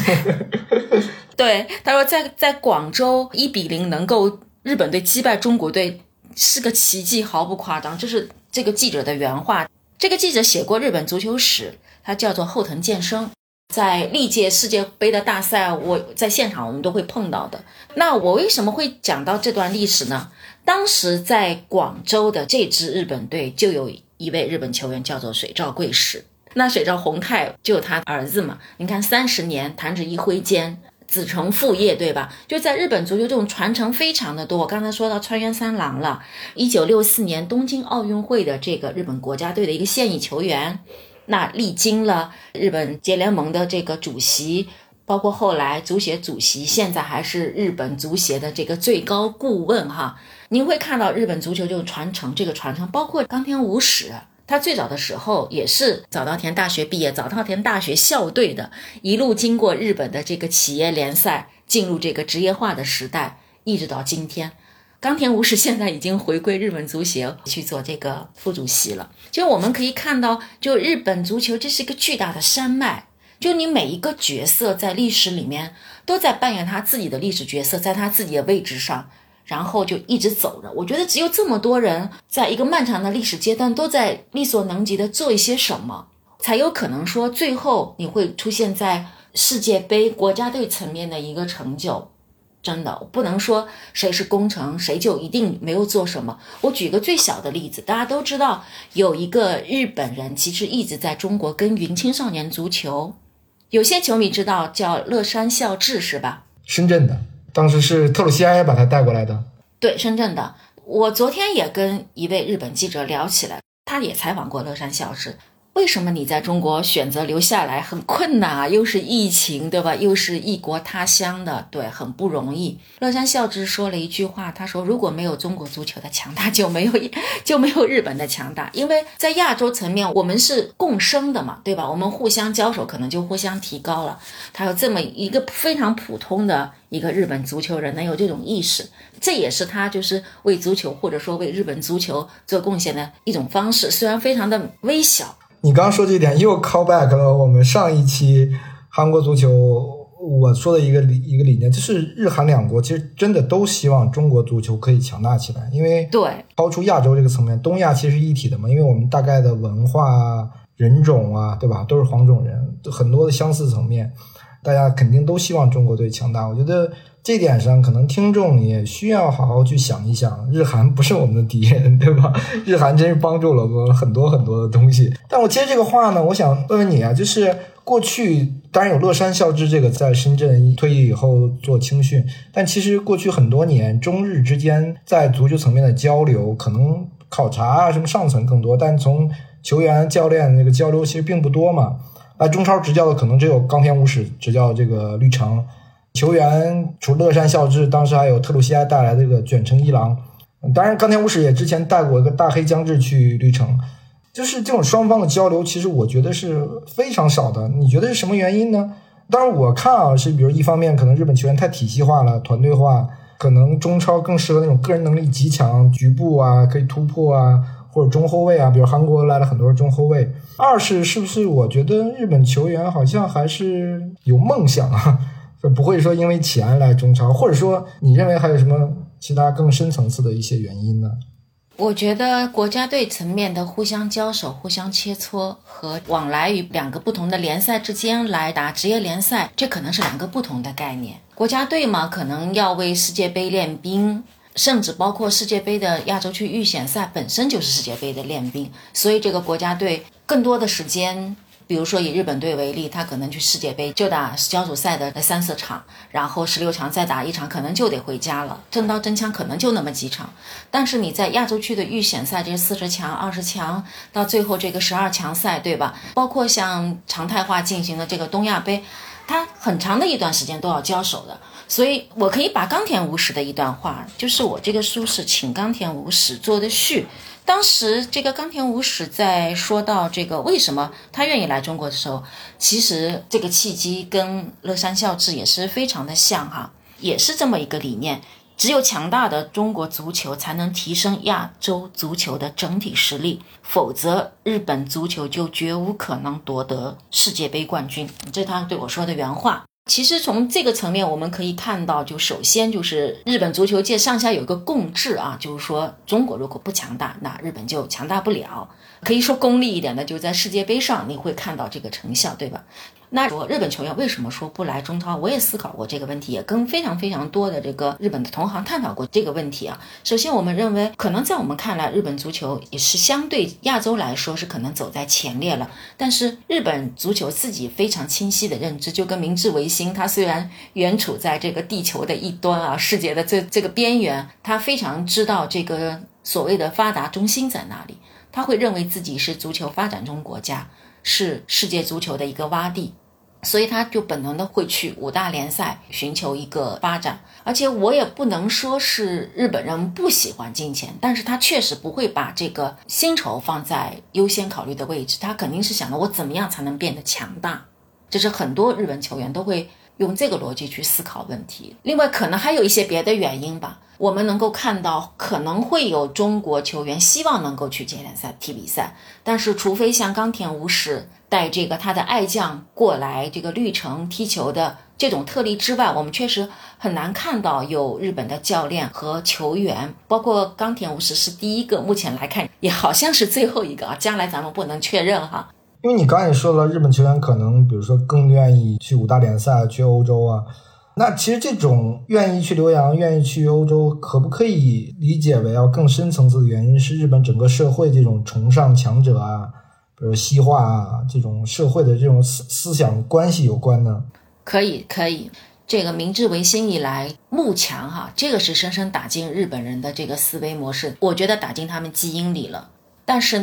对，他说在在广州一比零能够日本队击败中国队是个奇迹，毫不夸张，这是这个记者的原话。这个记者写过日本足球史，他叫做后藤健生。在历届世界杯的大赛，我在现场我们都会碰到的。那我为什么会讲到这段历史呢？当时在广州的这支日本队就有一位日本球员叫做水照贵史，那水照宏太就有他儿子嘛。你看三十年弹指一挥间，子承父业，对吧？就在日本足球这种传承非常的多。我刚才说到川原三郎了，一九六四年东京奥运会的这个日本国家队的一个现役球员，那历经了日本杰联盟的这个主席，包括后来足协主席，现在还是日本足协的这个最高顾问哈。您会看到日本足球这种传承，这个传承包括冈田武史，他最早的时候也是早稻田大学毕业，早稻田大学校队的，一路经过日本的这个企业联赛，进入这个职业化的时代，一直到今天。冈田武史现在已经回归日本足协去做这个副主席了。就我们可以看到，就日本足球这是一个巨大的山脉，就你每一个角色在历史里面都在扮演他自己的历史角色，在他自己的位置上，然后就一直走着。我觉得只有这么多人在一个漫长的历史阶段都在力所能及的做一些什么，才有可能说最后你会出现在世界杯国家队层面的一个成就。真的不能说谁是功臣谁就一定没有做什么。我举个最小的例子，大家都知道有一个日本人其实一直在中国耕耘青少年足球，有些球迷知道叫乐山孝志是吧？ 深圳的，当时是特鲁西埃把他带过来的。 对，深圳的。我昨天也跟一位日本记者聊起来，他也采访过乐山孝志。 为什么你在中国选择留下来很困难啊？又是疫情，对吧？又是异国他乡的，对，很不容易。乐山孝志说了一句话，他说如果没有中国足球的强大，就没有就没有日本的强大。因为在亚洲层面我们是共生的嘛，对吧？我们互相交手可能就互相提高了。他有这么一个非常普通的一个日本足球人能有这种意识，这也是他就是为足球或者说为日本足球做贡献的一种方式，虽然非常的微小。 你刚刚说这一点又 call back 了我们上一期韩国足球我说的一个一个理念，就是日韩两国其实真的都希望中国足球可以强大起来，因为对抛出亚洲这个层面，东亚其实是一体的嘛，因为我们大概的文化啊、人种啊，对吧，都是黄种人，很多的相似层面，大家肯定都希望中国队强大。我觉得这点上可能听众也需要好好去想一想，日韩不是我们的敌人，对吧？日韩真是帮助了我们很多很多的东西。但我接这个话呢，我想问问你啊，就是过去当然有乐山孝志这个在深圳退役以后做青训，但其实过去很多年中日之间在足球层面的交流，可能考察啊什么上层更多，但从球员教练那个交流其实并不多嘛。来中超执教的可能只有冈田武史执教这个绿城，球员除乐山孝志，当时还有特鲁西埃带来的这个卷城一郎，当然冈田武史也之前带过一个大黑将至去绿城。就是这种双方的交流其实我觉得是非常少的，你觉得是什么原因呢？当然我看啊，是比如一方面可能日本球员太体系化了，团队化，可能中超更适合那种个人能力极强，局部啊可以突破啊，或者中后卫啊，比如韩国来了很多中后卫。二是是不是我觉得日本球员好像还是有梦想啊，不会说因为钱来中超，或者说你认为还有什么其他更深层次的一些原因呢？ 我觉得国家队层面的互相交手、互相切磋和往来于两个不同的联赛之间来打职业联赛，这可能是两个不同的概念。国家队嘛，可能要为世界杯练兵，甚至包括世界杯的亚洲区预选赛本身就是世界杯的练兵，所以这个国家队更多的时间，比如说以日本队为例，他可能去世界杯就打小组赛的三四场，然后十六强再打一场，可能就得回家了，真刀真枪可能就那么几场。但是你在亚洲区的预选赛，这是四十强、二十强，到最后这个十二强赛，对吧？包括像常态化进行的这个东亚杯，它很长的一段时间都要交手的。所以我可以把冈田武史的一段话，就是我这个书是请冈田武史做的序。当时这个冈田武史在说到这个为什么他愿意来中国的时候，其实这个契机跟乐山孝志也是非常的像哈，也是这么一个理念，只有强大的中国足球才能提升亚洲足球的整体实力，否则日本足球就绝无可能夺得世界杯冠军。这是他对我说的原话。其实从这个层面我们可以看到，就首先就是日本足球界上下有一个共治啊，就是说中国如果不强大，那日本就强大不了。可以说功利一点的，就在世界杯上你会看到这个成效，对吧？那说日本球员为什么说不来中超，我也思考过这个问题，也跟非常非常多的这个日本的同行探讨过这个问题啊。首先我们认为可能在我们看来，日本足球也是相对亚洲来说是可能走在前列了，但是日本足球自己非常清晰的认知，就跟明治维新，他虽然远处在这个地球的一端啊，世界的这这个边缘，他非常知道这个所谓的发达中心在哪里，他会认为自己是足球发展中国家，是世界足球的一个洼地，所以他就本能的会去五大联赛寻求一个发展。而且我也不能说是日本人不喜欢金钱，但是他确实不会把这个薪酬放在优先考虑的位置，他肯定是想着我怎么样才能变得强大，这是很多日本球员都会用这个逻辑去思考问题。另外可能还有一些别的原因吧，我们能够看到可能会有中国球员希望能够去职业联赛踢比赛，但是除非像冈田武史带这个他的爱将过来这个绿城踢球的这种特例之外，我们确实很难看到有日本的教练和球员，包括冈田武史是第一个，目前来看也好像是最后一个啊，将来咱们不能确认哈。 因为你刚才也说了，日本球员可能比如说更愿意去五大联赛，去欧洲啊，那其实这种愿意去留洋，愿意去欧洲，可不可以理解为要更深层次的原因是日本整个社会这种崇尚强者啊，比如西化啊，这种社会的这种思思想关系有关呢？可以可以这个明治维新以来慕强哈，这个是深深打进日本人的这个思维模式，我觉得打进他们基因里了。但是呢，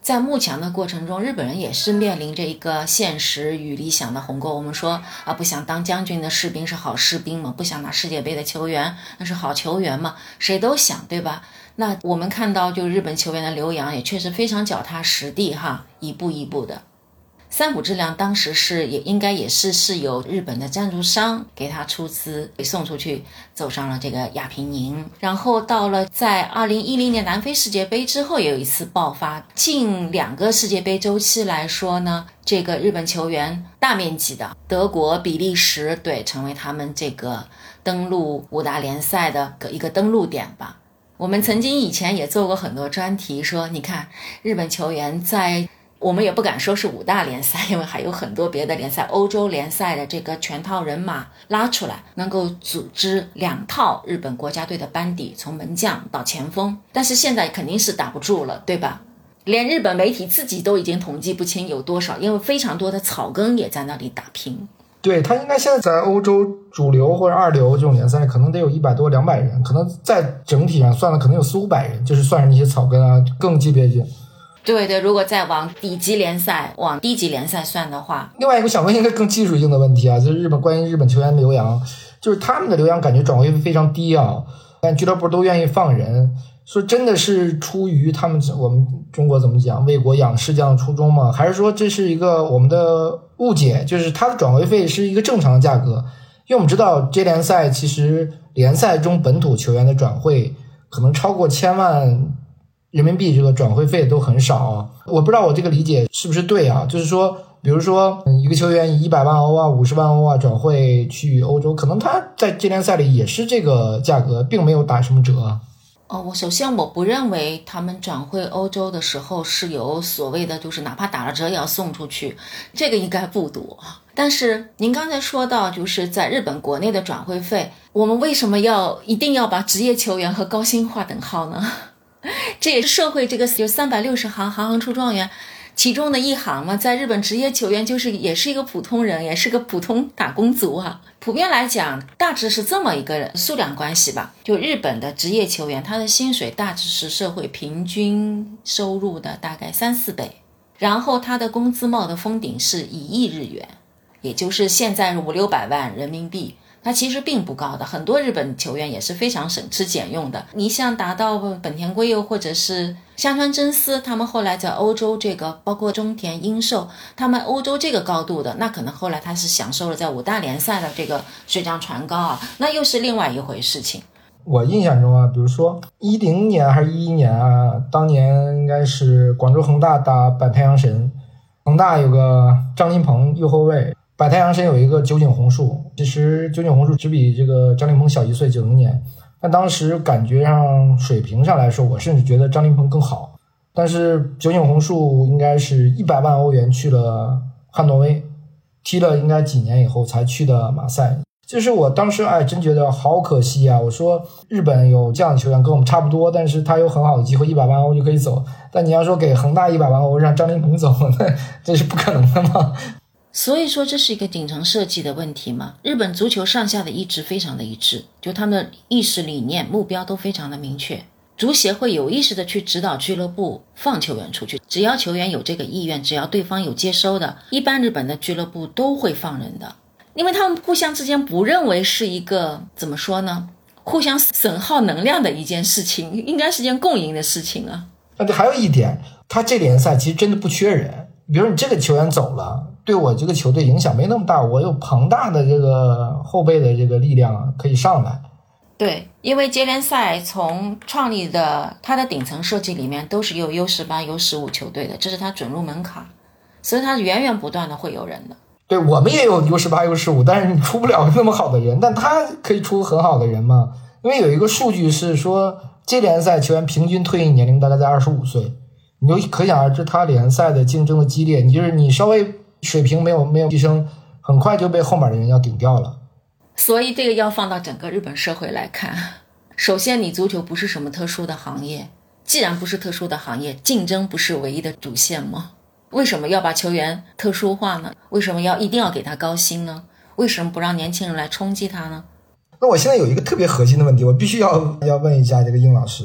在慕强的过程中，日本人也是面临着一个现实与理想的鸿沟。我们说啊，不想当将军的士兵是好士兵吗？不想拿世界杯的球员那是好球员吗？谁都想，对吧？那我们看到就日本球员的留洋也确实非常脚踏实地哈，一步一步的。三浦知良当时是也应该也是是由日本的赞助商给他出资送出去，走上了这个亚平宁。然后到了在二零一零年南非世界杯之后也有一次爆发。近两个世界杯周期来说呢，这个日本球员大面积的德国、比利时对成为他们这个登陆五大联赛的一个登陆点吧。我们曾经以前也做过很多专题，说你看日本球员在我们也不敢说是五大联赛，因为还有很多别的联赛，欧洲联赛的这个全套人马拉出来，能够组织两套日本国家队的班底，从门将到前锋。但是现在肯定是打不住了，对吧？连日本媒体自己都已经统计不清有多少，因为非常多的草根也在那里打拼。 对，他应该现在在欧洲主流或者二流这种联赛可能得有一百多两百人，可能在整体上算了可能有四五百人，就是算是那些草根啊更级别的。 对对，如果再往底级联赛往低级联赛算的话。 另外一个想问一个更技术性的问题啊，就是日本关于日本球员留洋，就是他们的留洋感觉转会费非常低啊，但俱乐部都愿意放人，说真的是出于他们我们中国怎么讲为国养士这样的初衷吗？还是说这是一个我们的误解，就是他的转会费是一个正常的价格？因为我们知道这联赛其实联赛中本土球员的转会可能超过千万人民币，这个转会费都很少啊。我不知道我这个理解是不是对啊，就是说比如说一个球员以一百万欧啊五十万欧啊转会去欧洲，可能他在这联赛里也是这个价格，并没有打什么折。 哦，我首先我不认为他们转会欧洲的时候是有所谓的就是哪怕打了折也要送出去，这个应该不多。但是您刚才说到就是在日本国内的转会费，我们为什么要一定要把职业球员和高薪划等号呢？这也是社会这个有三百六十行，行行出状元，其中的一行嘛，在日本职业球员就是也是一个普通人，也是个普通打工族啊。普遍来讲大致是这么一个数量关系吧，就日本的职业球员他的薪水大致是社会平均收入的大概三四倍，然后他的工资帽的封顶是一亿日元，也就是现在五六百万人民币，它其实并不高的。很多日本球员也是非常省吃俭用的，你像达到本田圭佑或者是香川真司，他们后来在欧洲这个包括中田英寿，他们欧洲这个高度的，那可能后来他是享受了在五大联赛的这个水涨船高啊，那又是另外一回事情。 我印象中啊，比如说一零年还是一一年啊，当年应该是广州恒大打阪太阳神，恒大有个张琳芃右后卫，阪太阳神有一个酒井宏树，其实酒井宏树只比这个张琳芃小一岁，九零年，但当时感觉上水平上来说，我甚至觉得张琳芃更好。但是酒井宏树应该是一百万欧元去了汉诺威，踢了应该几年以后才去的马赛。就是我当时哎，真觉得好可惜啊！我说日本有这样的球员跟我们差不多，但是他有很好的机会，一百万欧就可以走。但你要说给恒大一百万欧让张琳芃走，那这是不可能的嘛。 所以说这是一个顶层设计的问题嘛。日本足球上下的意志非常的一致，就他们的意识理念目标都非常的明确，足协会有意识的去指导俱乐部放球员出去，只要球员有这个意愿，只要对方有接收的，一般日本的俱乐部都会放人的，因为他们互相之间不认为是一个怎么说呢，互相损耗能量的一件事情，应该是件共赢的事情啊。 啊，对，还有一点，他这联赛其实真的不缺人，比如你这个球员走了，对我这个球队影响没那么大，我有庞大的这个后备的这个力量可以上来。 对，因为接联赛从创立的它的顶层设计里面都是有 U 十八 U 十五 球队的，这是它准入门槛，所以它源源不断的会有人的。 对，我们也有 U 十八 U 十五，但是你出不了那么好的人，但他可以出很好的人嘛。因为有一个数据是说接联赛球员平均退役年龄大概在二十五岁，你就可想而知他联赛的竞争的激烈，你就是你稍微水平没有没有提升，很快就被后面的人要顶掉了。 所以这个要放到整个日本社会来看，首先你足球不是什么特殊的行业，既然不是特殊的行业，竞争不是唯一的主线吗？为什么要把球员特殊化呢？为什么要一定要给他高薪呢？为什么不让年轻人来冲击他呢？ 那我现在有一个特别核心的问题，我必须要要问一下这个殷老师啊，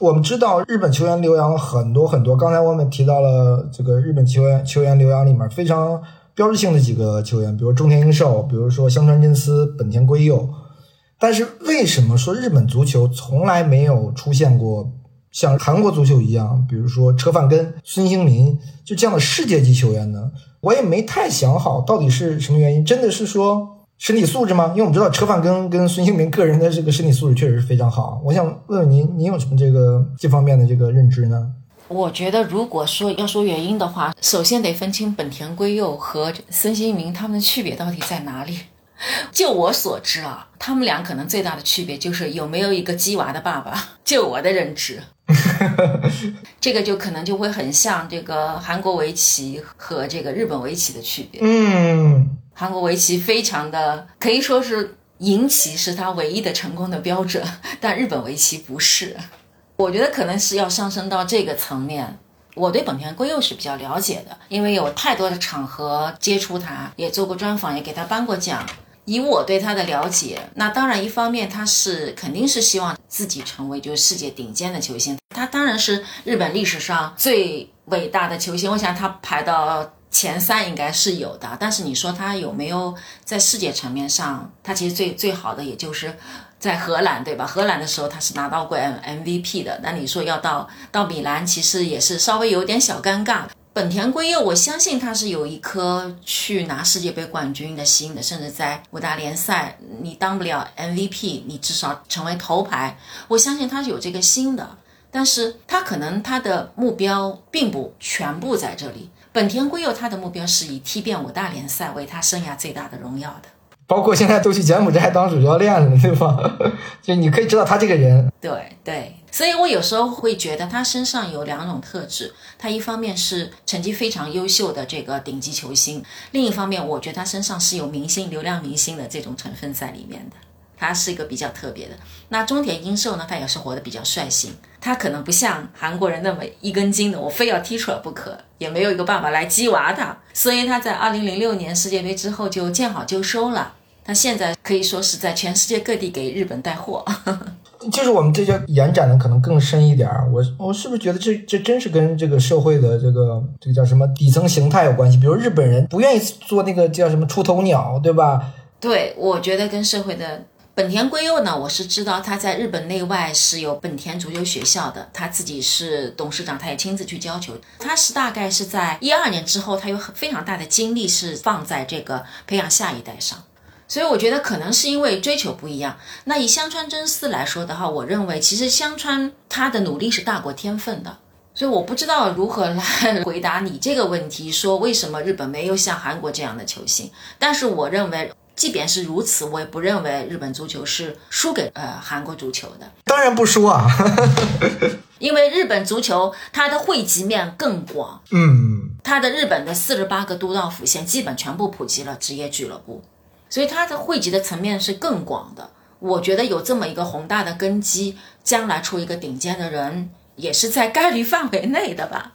我们知道日本球员留洋很多很多，刚才我们提到了这个日本球员球员留洋里面非常标志性的几个球员，比如中田英寿，比如说香川真司、本田圭佑。但是为什么说日本足球从来没有出现过像韩国足球一样，比如说车范根、孙兴民就这样的世界级球员呢？我也没太想好到底是什么原因，真的是说身体素质吗？因为我们知道车范根跟孙兴民个人的这个身体素质确实是非常好。我想问问您，您有什么这个这方面的这个认知呢？ 我觉得如果说要说原因的话，首先得分清本田圭佑和孙兴民他们的区别到底在哪里。就我所知啊，他们俩可能最大的区别就是有没有一个鸡娃的爸爸，就我的认知。这个就可能就会很像这个韩国围棋和这个日本围棋的区别。 嗯， 韩国围棋非常的可以说是赢棋是他唯一的成功的标准，但日本围棋不是。我觉得可能是要上升到这个层面。我对本田圭佑是比较了解的，因为有太多的场合接触他，也做过专访，也给他颁过奖。以我对他的了解，那当然一方面他是肯定是希望自己成为就是世界顶尖的球星，他当然是日本历史上最伟大的球星，我想他排到前三应该是有的。但是你说他有没有在世界层面上，他其实最最好的也就是在荷兰，对吧？荷兰的时候他是拿到过 M V P 的，那你说要到到米兰，其实也是稍微有点小尴尬。本田圭佑我相信他是有一颗去拿世界杯冠军的心的，甚至在五大联赛你当不了 M V P， 你至少成为头牌，我相信他是有这个心的。但是他可能他的目标并不全部在这里。本田圭佑他的目标是以踢遍五大联赛为他生涯最大的荣耀的， 包括现在都去柬埔寨当主教练了，对吧？就你可以知道他这个人。 对对，所以我有时候会觉得他身上有两种特质，他一方面是成绩非常优秀的这个顶级球星，另一方面我觉得他身上是有明星流量明星的这种成分在里面的，他是一个比较特别的。那中田英寿呢，他也是活得比较率性，他可能不像韩国人那么一根筋的我非要踢出来不可，也没有一个办法来激娃他，所以他在二零零六年世界杯之后就见好就收了。他现在可以说是在全世界各地给日本带货。 就是我们这叫延展的可能更深一点，我我是不是觉得这这真是跟这个社会的这个这个叫什么底层形态有关系？比如日本人不愿意做那个叫什么出头鸟，对吧？ 对，我觉得跟社会的。本田圭佑呢，我是知道他在日本内外是有本田足球学校的，他自己是董事长，他也亲自去教球。他是大概是在一二年之后，他有非常大的精力是放在这个培养下一代上。所以我觉得可能是因为追求不一样。那以香川真司来说的话，我认为其实香川他的努力是大过天分的。所以我不知道如何来回答你这个问题，说为什么日本没有像韩国这样的球星。但是我认为即便是如此，我也不认为日本足球是输给呃韩国足球的。 当然不输啊。 因为日本足球它的汇集面更广。 嗯， 它的日本的四十八个都道府县基本全部普及了职业俱乐部，所以它的汇集的层面是更广的。我觉得有这么一个宏大的根基，将来出一个顶尖的人也是在概率范围内的吧。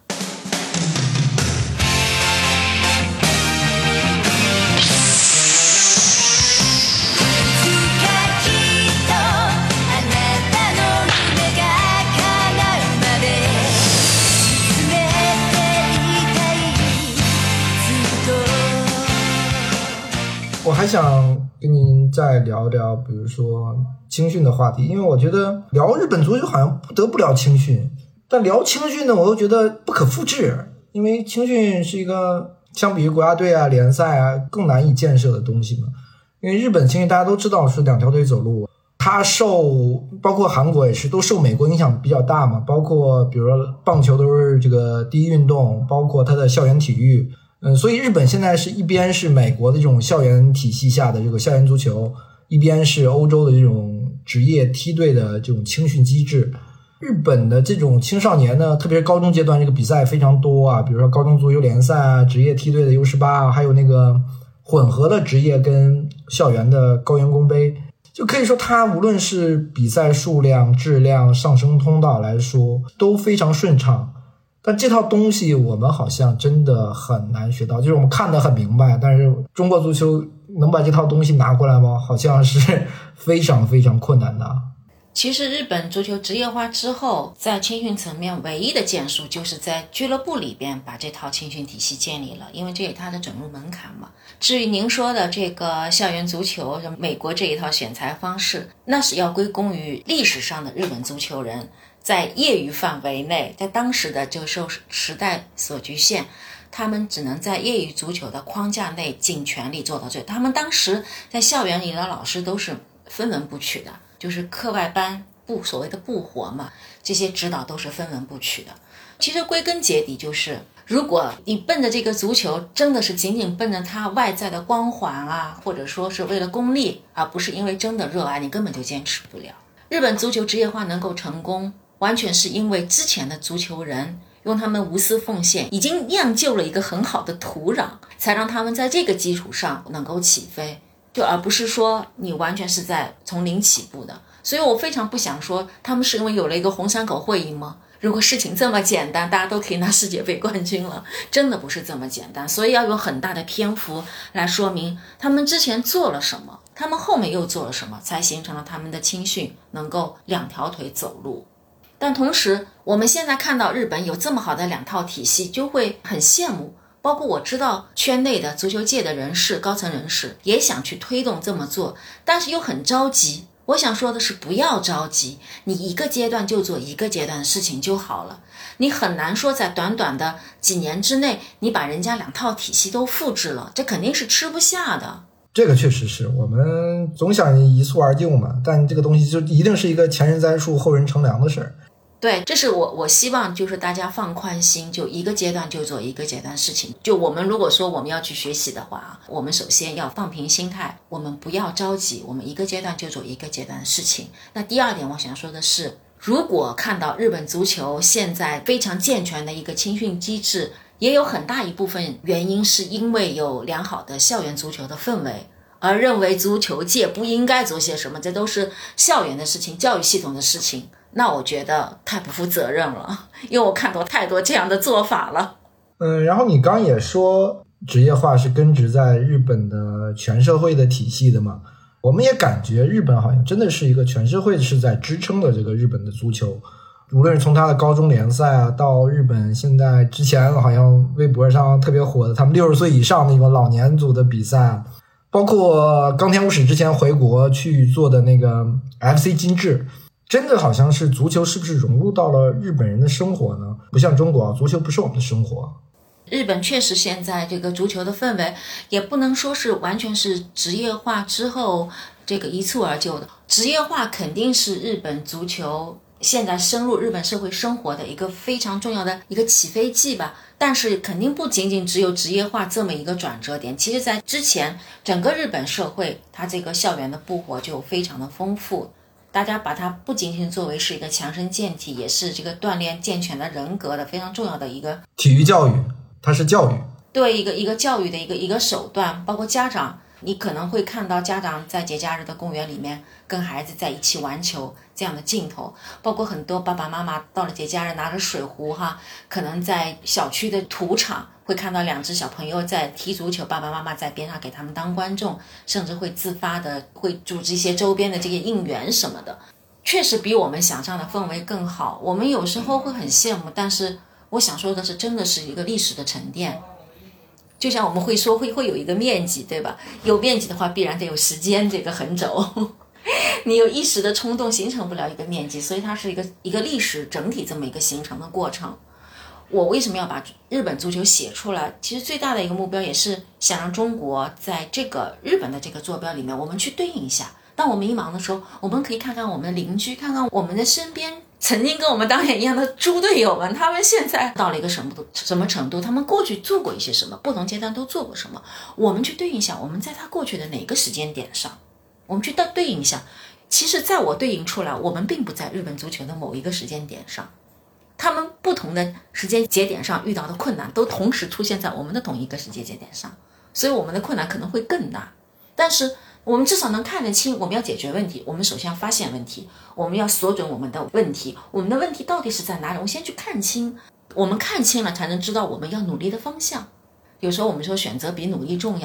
我还想跟您再聊聊比如说青训的话题，因为我觉得聊日本足球好像不得不聊青训，但聊青训呢我又觉得不可复制，因为青训是一个相比于国家队啊联赛啊更难以建设的东西嘛。因为日本青训大家都知道是两条腿走路，它受包括韩国也是都受美国影响比较大嘛，包括比如说棒球都是这个第一运动，包括它的校园体育。嗯，所以日本现在是一边是美国的这种校园体系下的这个校园足球，一边是欧洲的这种职业梯队的这种青训机制。日本的这种青少年呢，特别是高中阶段这个比赛非常多啊，比如说高中足球联赛啊，职业梯队的 U 十八 啊，还有那个混合的职业跟校园的高员工杯，就可以说它无论是比赛数量、质量、上升通道来说都非常顺畅。但这套东西我们好像真的很难学到，就是我们看得很明白，但是中国足球能把这套东西拿过来吗？好像是非常非常困难的。 其实日本足球职业化之后，在青训层面唯一的建树就是在俱乐部里边把这套青训体系建立了，因为这也它的准入门槛嘛。至于您说的这个校园足球，美国这一套选材方式，那是要归功于历史上的日本足球人在业余范围内，在当时的就受时代所局限，他们只能在业余足球的框架内尽全力做到最。他们当时在校园里的老师都是分文不取的，就是课外班部所谓的部活嘛，这些指导都是分文不取的。其实归根结底就是，如果你奔着这个足球真的是仅仅奔着它外在的光环啊，或者说是为了功利，而不是因为真的热爱，你根本就坚持不了。日本足球职业化能够成功，完全是因为之前的足球人用他们无私奉献，已经酿就了一个很好的土壤，才让他们在这个基础上能够起飞，就而不是说你完全是在从零起步的。所以我非常不想说他们是因为有了一个红山口会议吗？如果事情这么简单，大家都可以拿世界杯冠军了，真的不是这么简单。所以要有很大的篇幅来说明他们之前做了什么，他们后面又做了什么，才形成了他们的青训能够两条腿走路。但同时我们现在看到日本有这么好的两套体系，就会很羡慕。包括我知道圈内的足球界的人士，高层人士也想去推动这么做，但是又很着急。我想说的是，不要着急，你一个阶段就做一个阶段的事情就好了。你很难说在短短的几年之内，你把人家两套体系都复制了，这肯定是吃不下的。 这个确实是，我们总想一蹴而就嘛，但这个东西就一定是一个前人栽树后人乘凉的事儿。 对，这是我我希望就是大家放宽心，就一个阶段就做一个阶段事情。就我们如果说我们要去学习的话，我们首先要放平心态，我们不要着急，我们一个阶段就做一个阶段的事情。那第二点我想说的是，如果看到日本足球现在非常健全的一个青训机制，也有很大一部分原因是因为有良好的校园足球的氛围，而认为足球界不应该做些什么，这都是校园的事情，教育系统的事情，那我觉得太不负责任了，因为我看到太多这样的做法了。 嗯，然后你刚也说职业化是根植在日本的全社会的体系的嘛，我们也感觉日本好像真的是一个全社会是在支撑的这个日本的足球，无论是从他的高中联赛啊，到日本现在之前好像微博上特别火的他们六十岁以上那种老年组的比赛，包括冈田武史之前回国去做的那个 F C 金治，真的好像是足球是不是融入到了日本人的生活呢？不像中国啊，足球不是我们的生活。 日本确实现在这个足球的氛围也不能说是完全是职业化之后这个一蹴而就的，职业化肯定是日本足球现在深入日本社会生活的一个非常重要的一个起飞剂吧，但是肯定不仅仅只有职业化这么一个转折点。其实在之前整个日本社会它这个校园的部活就非常的丰富，大家把它不仅仅作为是一个强身健体，也是这个锻炼健全的人格的非常重要的一个体育教育，它是教育， 对，一个一个教育的一个一个手段。包括家长，你可能会看到家长在节假日的公园里面跟孩子在一起玩球这样的镜头，包括很多爸爸妈妈到了节假日拿着水壶哈，可能在小区的土场会看到两只小朋友在踢足球，爸爸妈妈在边上给他们当观众，甚至会自发的会组织一些周边的这个应援什么的，确实比我们想象的氛围更好。我们有时候会很羡慕，但是我想说的是，真的是一个历史的沉淀。就像我们会说会会有一个面积，对吧？有面积的话必然得有时间这个横轴你有一时的冲动形成不了一个面积，所以它是一个一个历史整体这么一个形成的过程。我为什么要把日本足球写出来？其实最大的一个目标也是想让中国在这个日本的这个坐标里面我们去对应一下。当我们迷茫的时候，我们可以看看我们的邻居，看看我们的身边曾经跟我们当年一样的猪队友们，他们现在到了一个什么什么程度，他们过去做过一些什么，不同阶段都做过什么，我们去对应一下，我们在他过去的哪个时间点上，我们去对应一下。其实在我对应出来，我们并不在日本足球的某一个时间点上，他们不同的时间节点上遇到的困难都同时出现在我们的同一个时间节点上，所以我们的困难可能会更大，但是我们至少能看得清，我们要解决问题，我们首先要发现问题，我们要锁准我们的问题，我们的问题到底是在哪里，我们先去看清，我们看清了才能知道我们要努力的方向。有时候我们说选择比努力重要吗？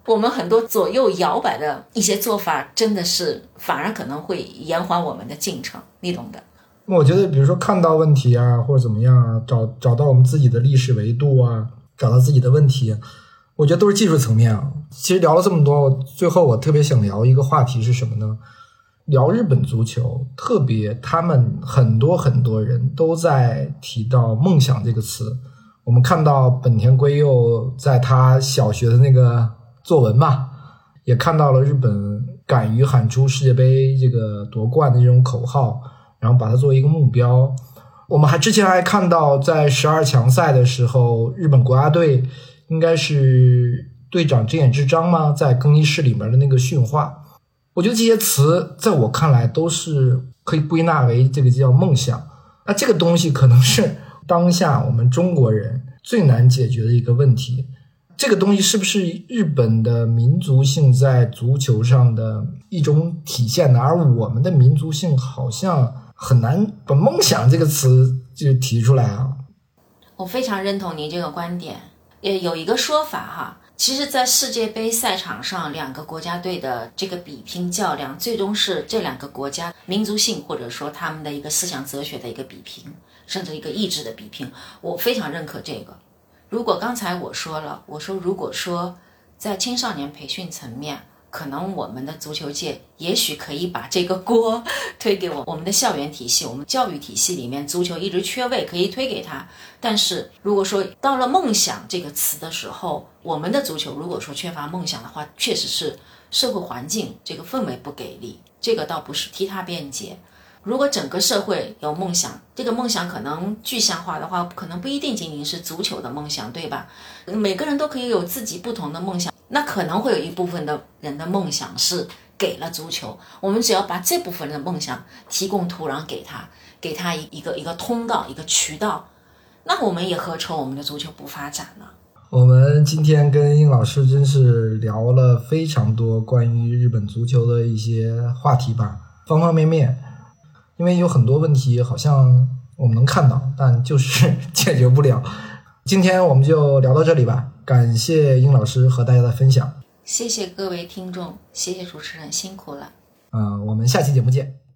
我们很多左右摇摆的一些做法，真的是反而可能会延缓我们的进程，你懂的。 我觉得比如说看到问题啊，或者怎么样啊，找找到我们自己的历史维度啊，找到自己的问题，我觉得都是技术层面啊。其实聊了这么多，最后我特别想聊一个话题是什么呢？聊日本足球，特别他们很多很多人都在提到梦想这个词。我们看到本田圭佑在他小学的那个作文嘛，也看到了日本敢于喊出世界杯这个夺冠的这种口号，然后把它作为一个目标。我们还之前还看到在十二强赛的时候，日本国家队应该是队长真野之章吗，在更衣室里面的那个训话。我觉得这些词在我看来都是可以归纳为这个叫梦想。那这个东西可能是当下我们中国人最难解决的一个问题。这个东西是不是日本的民族性在足球上的一种体现呢？而我们的民族性好像很难把梦想这个词就提出来啊。 我非常认同您这个观点。也有一个说法哈，其实在世界杯赛场上，两个国家队的这个比拼较量，最终是这两个国家民族性或者说他们的一个思想哲学的一个比拼，甚至一个意志的比拼。我非常认可这个。如果刚才我说了，我说如果说在青少年培训层面，可能我们的足球界也许可以把这个锅推给我我们的校园体系，我们教育体系里面足球一直缺位，可以推给他。但是如果说到了梦想这个词的时候，我们的足球如果说缺乏梦想的话，确实是社会环境这个氛围不给力，这个倒不是替他辩解。如果整个社会有梦想，这个梦想可能具象化的话，可能不一定仅仅是足球的梦想，对吧？每个人都可以有自己不同的梦想，那可能会有一部分的人的梦想是给了足球，我们只要把这部分的梦想提供土壤给他，给他一个一个通道，一个渠道，那我们也何愁我们的足球不发展呢？ 我们今天跟殷老师真是聊了非常多关于日本足球的一些话题吧，方方面面。因为有很多问题好像我们能看到，但就是解决不了。今天我们就聊到这里吧，感谢殷老师和大家的分享。 谢谢各位听众，谢谢主持人，辛苦了。 嗯、呃，我们下期节目见。